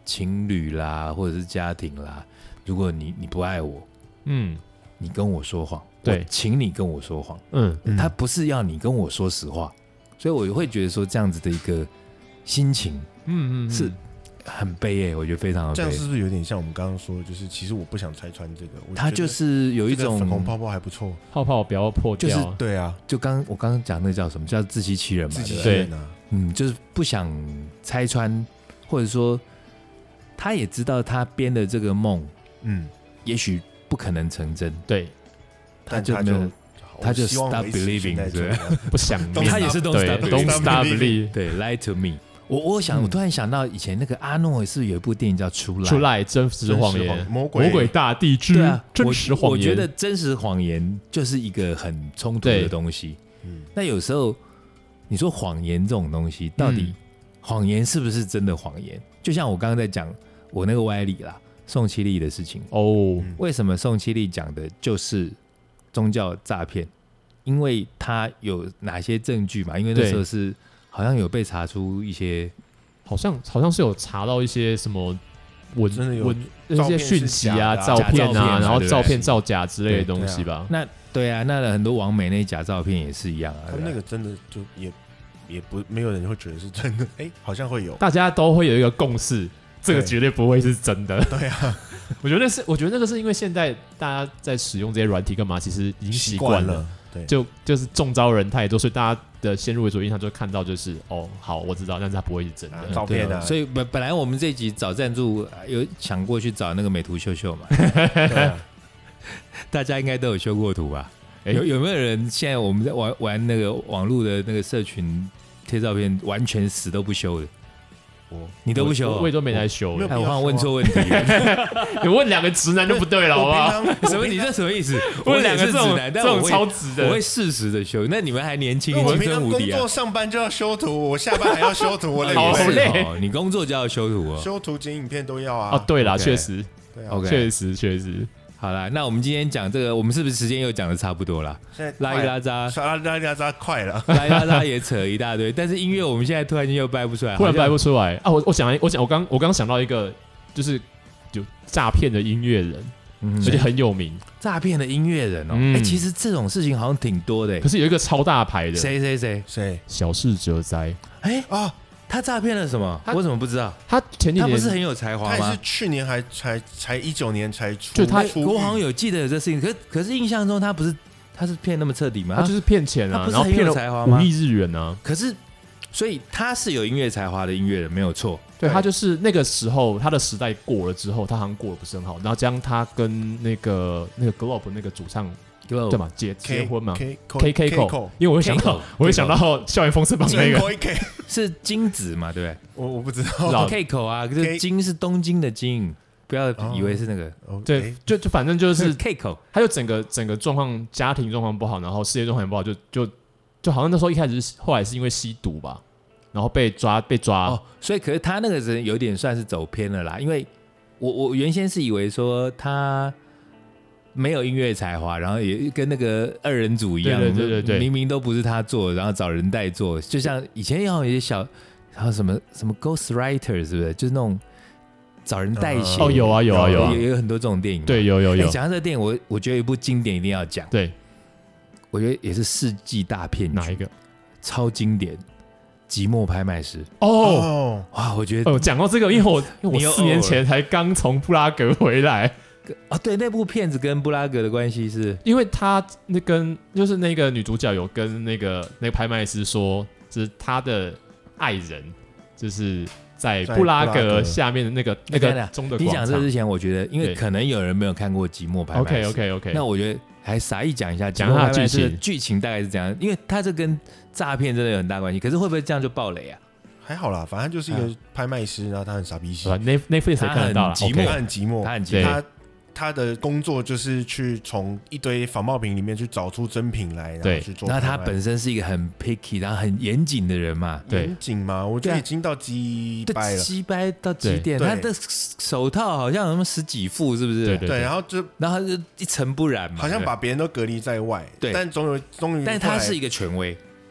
情侣啦，或者是家庭啦，如果你你不爱我， 嗯， 你跟我说谎， 对我请你跟我说谎， 嗯， 他不是要你跟我说实话，所以我会觉得说这样子的一个心情， 嗯嗯， 是很悲诶、欸，我觉得非常的悲。 这样是不是有点像我们刚刚说的，就是其实我不想拆穿这个，我他就是有一种粉红泡泡还不错， 泡泡不要破掉， 就是对啊， 就刚我刚刚讲那个叫什么叫自欺欺人嘛， 自己对人啊， 嗯，就是不想拆穿，或者说他也知道他编的这个梦， 嗯， 也许不可能成真， 对， 但他就就没有他就我希望 stop 维持 believing， 现在对这样不想都他也是 don't 对 stop ，Don't believing， stop believe， 对 lie to me。我我想， 嗯我突然想到以前那个阿诺是有一部电影叫《出来》， 出来真实谎真实言， 谎魔鬼魔鬼大地之对啊， 真实谎言， 我。我觉得真实谎言就是一个很冲突的对东西。 嗯那有时候你说谎言这种东西，到底嗯谎言是不是真的谎言？就像我刚刚在讲我那个歪理啦，宋七力的事情。 哦， 嗯为什么宋七力讲的就是宗教诈骗？因为他有哪些证据嘛？因为那时候是好像有被查出一些， 好像好像是有查到一些什么文真的有文那些照片是讯息啊、 假的啊照片啊， 假照片啊然后对不对照片造假之类的东西对吧。 那对啊，那很多网美那假照片也是一样啊。 他们那个真的就也也不没有人会觉得是真的，哎，好像会有， 大家都会有一个共识，这个对绝对不会是真的。 对啊， 我觉得是，我觉得那个是因为现在大家在使用这些软体干嘛，其实已经习惯了。 了，对， 就就是中招人太多，所以大家的先入为主印象就看到就是哦，好，我知道，但是它不会是真的。 啊照片啊， 所以本本来我们这一集找赞助有想过去找那个美图秀秀嘛， 对啊， 大家应该都有修过图吧？ 诶有有没有人现在我们在玩玩那个网络的那个社群贴照片，完全死都不修的？ 我你都不修、哦？ 我也都没来修没有哎，我好像问错问题了。 你问两个直男就不对了，好不好？ 我平常什么？你这什么意思？ 问两个这种我也是直男这种超但直的， 我会我会适时的修。那你们还年轻， 因为我青平常工春无敌啊作！上班就要修图，我下班还要修图，我的好也是累哦，你工作就要修图哦。 修图、剪影片都要啊。 哦，对啦， OK 确实， 对啊 OK 确实，确实， 好啦，那我们今天讲这个，我们是不是时间又讲的差不多了？ 现在拉一拉渣， 拉拉一拉渣快了， 拉一拉渣也扯一大堆，但是音乐我们现在突然间又掰不出来， 忽然好像掰不出来啊！我我想，我想，我刚我刚想到一个，就是有诈骗的音乐人， 嗯而且很有名， 诈骗的音乐人哦。哎、 嗯其实这种事情好像挺多的。 可是有一个超大牌的， 谁谁谁？ 谁小事哲哉， 哎、 啊？ 他诈骗了什么？ 他我怎么不知道？ 他前几他不年是很有才华吗他也是？去年还才才一九年才出， 就他出我好像有记得有这事情，可可是印象中他不是他是骗那么彻底吗？ 他就是骗钱啊， 他不是很然后骗有才华吗了五亿日元啊。 可是，所以他是有音乐才华的音乐人，没有错。 对对他就是那个时候，他的时代过了之后，他好像过得不是很好，然后将他跟那个那个 Globe 那个主唱对嘛结结婚嘛 K ，K K 口，因为我会想 K 到口， 我会想到校园风声榜那个， K， 是金子嘛？对我我不知知道道， K 口啊，这 K 金是东京的金，不要以为是那个。 哦对诶， 就就反正就是 K 口， 他就整个整个状况，家庭状况不好，然后事业状况也不好，就就就好像那时候一开始是，后来是因为吸毒吧，然后被抓被抓， 哦，所以可是他那个人有点算是走偏了啦，因为我我原先是以为说他没有音乐才华，然后也跟那个二人组一样， 对对对对对明明都不是他做，然后找人代做，就像以前好像有些小，还有什么什么 Ghost Writer 是不是？就是那种找人代写。 哦有啊有啊有啊也有很多这种电影嘛。 对，有有有， 哎讲到这个电影，我我觉得有一部经典一定要讲， 对， 我觉得也是世纪大片剧， 哪一个？ 超经典，《寂寞拍卖师》。 哦。 哦， 哇，我觉得哦，讲到这个，因为我因为你又我四年前才刚从布拉格回来， 啊，对，那部片子跟布拉格的关系是， 因为他那跟就是那个女主角有跟那个那个拍卖师说，就是他的爱人就是在在布拉布拉格格下面的那个那个等一下你中的广场。 讲这之前，我觉得因为对可能有人没有看过《寂寞拍卖 OK 师》 OK OK， 那我觉得还傻意讲一下《 讲一下寂寞拍卖师》 剧情的剧情大概是怎样，因为它这跟诈骗真的有很大关系。可是会不会这样就爆雷啊？ 还好啦，反正就是一个拍卖师，然后他很傻逼戏， 那 Netflix 可以看得到了他很寂寞 OK 他很寂寞， 他很寂对寞， 他他的工作就是去从一堆仿冒品里面去找出真品来，然后对去做那拍卖。 他本身是一个很 picky，然后很严谨的人嘛。 对严谨吗？我觉对啊得已经到鸡掰了。 鸡掰到极点， 对他的手套好像有那么十几副，是不是？ 对对对，然后就然后他就一尘不染嘛， 好像对把别人都隔离在外， 对但终于终于， 但是他是一个个权威，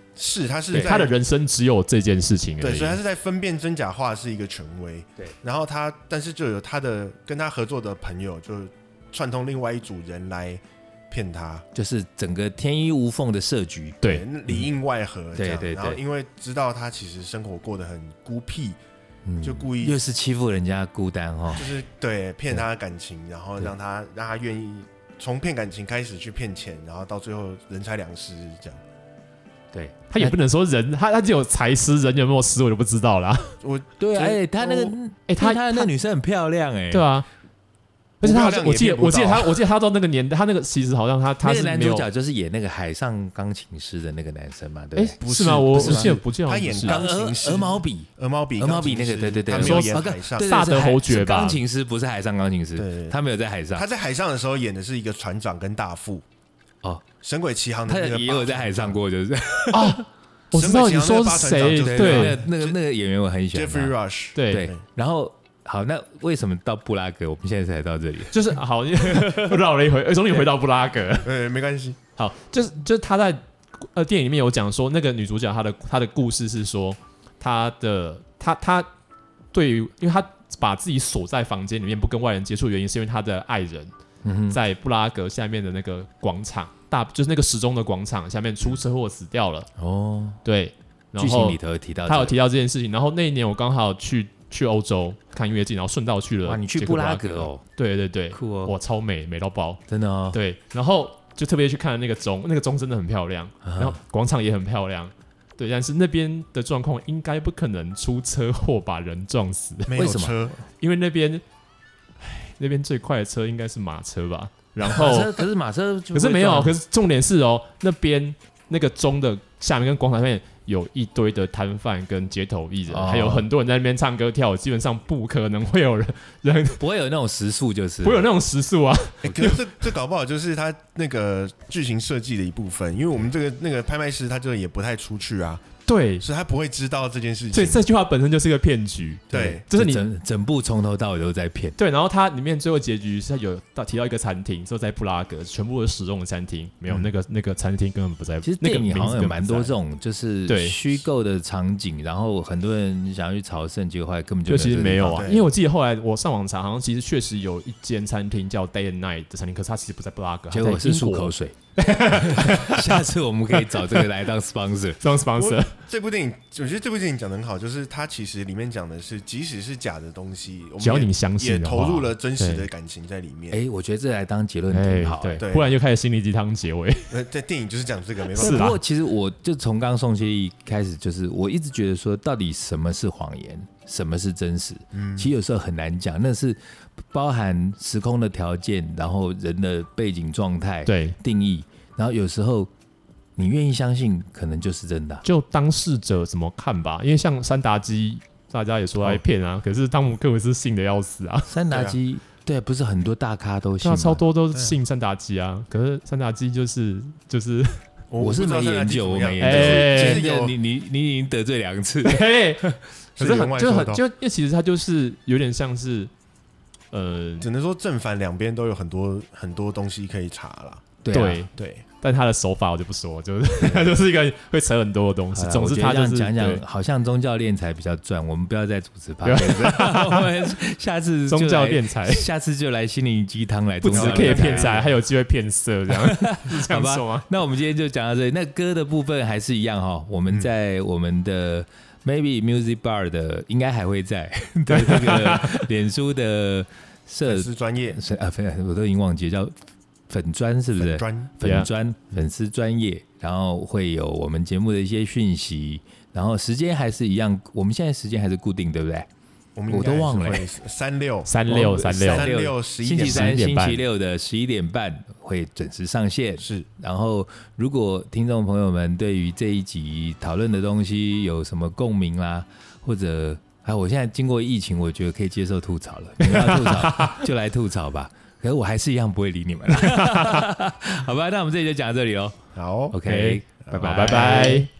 是他是对他的人生只有这件事情而已。 对，所以他是在分辨真假话是一个权威。 对， 然后他但是就有他的跟他合作的朋友就串通另外一组人来骗他， 就是整个天衣无缝的设局， 对， 里应外合这样。 对对对， 然后因为知道他其实生活过得很孤僻，嗯、就故意又是欺负人家孤单哦， 就是对骗他的感情，然后让他让他愿意从骗感情开始去骗钱，然后到最后人财两失这样。 对， 他也不能说人，他他只有财失，人有没有失我就不知道啦。 我对啊，哎，他那个，哎，他他的那女生很漂亮，哎， 对啊。而且他好像，我记得，我记得他，我记得他到那个年代，他那个其实好像他他是那个男主角就是演那个海上钢琴师的那个男生嘛，对不对？是吗？我我记得不记得他演钢琴师， 鹅毛笔， 鹅毛笔， 鹅毛笔那个，对对对， 他没有演海上， 萨德侯爵吧？ 钢琴师不是海上钢琴师，他没有在海上， 他在海上的时候演的是一个船长跟大副。 哦， 神鬼奇航的他那个也有在海上过，就是啊。我知道你说是谁，对， 那个那个演员我很喜欢 ，Jeffrey Rush， 对， 然后。好，那为什么到布拉格？我们现在才到这里， 就是好绕了一回，终于回到布拉格。 对，没关系。 好，就是就是他在呃电影里面有讲说，那个女主角她的她的故事是说，她的她她对于，因为她把自己锁在房间里面不跟外人接触，原因是因为她的爱人在布拉格下面的那个广场大，就是那个时钟的广场下面出车祸死掉了。哦，对，然后剧情里头有提到， 他有提到这件事情。然后那一年我刚好去。去欧洲看音乐季，然后顺道去了。 哇，你去布拉格哦？ 对对对， 酷哦！ 哇，超美，美到爆， 真的哦。 对，然后就特别去看那个钟，那个钟真的很漂亮，啊、然后广场也很漂亮。对，但是那边的状况应该不可能出车祸把人撞死。 为什么？ 因为那边，那边最快的车应该是马车吧？然后， 可是马车可是没有，可是重点是哦，那边那个钟的下面跟广场上面。有一堆的摊贩跟街头艺人，哦、还有很多人在那边唱歌跳舞，基本上不可能会有人人不会有那种时速，就是不会有那种时速啊。 欸、可是这这搞不好就是他那个剧情设计的一部分，因为我们这个那个拍卖师他就也不太出去啊。 对， 所以他不会知道这件事情。 所以这句话本身就是一个骗局。 对， 就是你整, 整部从头到尾都在骗。 对，然后它里面最后结局是有到提到一个餐厅，说在布拉格全部都使用的餐厅，没有、嗯、那个那个餐厅根本不在。 其实电影好像有蛮多这种就是虚构的场景，然后很多人想要去朝圣，结果后来根本就其实没有啊。因为我记得后来我上网查，好像其实确实有一间餐厅叫 Day and Night 的餐厅，可是它其实不在布拉格， 结果是漱口水。下次我们可以找这个来当 sponsor， 当 sponsor。 这部电影，我觉得这部电影讲得很好，就是它其实里面讲的是，即使是假的东西， 只要你相信， 也投入了真实的感情在里面。 哎、欸，我觉得这来当结论挺好、欸， 对，不然又开始心灵鸡汤结尾。 在电影就是讲这个，没办法。 不过其实我就从刚刚宋谢力开始，就是我一直觉得说，到底什么是谎言，什么是真实？嗯，其实有时候很难讲，那是包含时空的条件，然后人的背景状态， 对定义。然后有时候你愿意相信，可能就是真的、啊。 就当事者怎么看吧，因为像三达基，大家也说来骗啊，哦、可是汤姆克鲁斯信的要死啊。 三达基，对、啊，不是很多大咖都信吗？ 超多都信三达基啊。可是三达基就是就是， 我是没研究，我没研究。 欸、 其实你你你已经得罪两次。 欸、可是很就很就，因为其实他就是有点像是，呃， 只能说正反两边都有很多很多东西可以查啦。 对、啊、 对对， 但他的手法我就不说，就是他就是一个会扯很多的东西。总之他就是讲讲，好像宗教敛财比较赚，我们不要再主持 podcast， 我们下次宗教敛财， 下次就来心灵鸡汤来， 不只可以骗财，还有机会骗色，这样这样说吗？ 那我们今天就讲到这里。那歌的部分还是一样哈，我们在我们的 Maybe Music Bar 的应该还会在对那个脸书的社粉丝专业啊，我都已经忘记叫。粉专是不是？粉专粉丝专业，然后会有我们节目的一些讯息，然后时间还是一样，我们现在时间还是固定，对不对？ 我们我都忘了， 三六三六三六三六十一星期三、星期六的十一点半会准时上线。 是， 然后如果听众朋友们对于这一集讨论的东西有什么共鸣啦，或者啊，我现在经过疫情，我觉得可以接受吐槽了，你们要吐槽就来吐槽吧。可是我还是一样不会理你们啦好吧，那我们这里就讲到这里咯。 好 ，OK， 拜拜拜拜。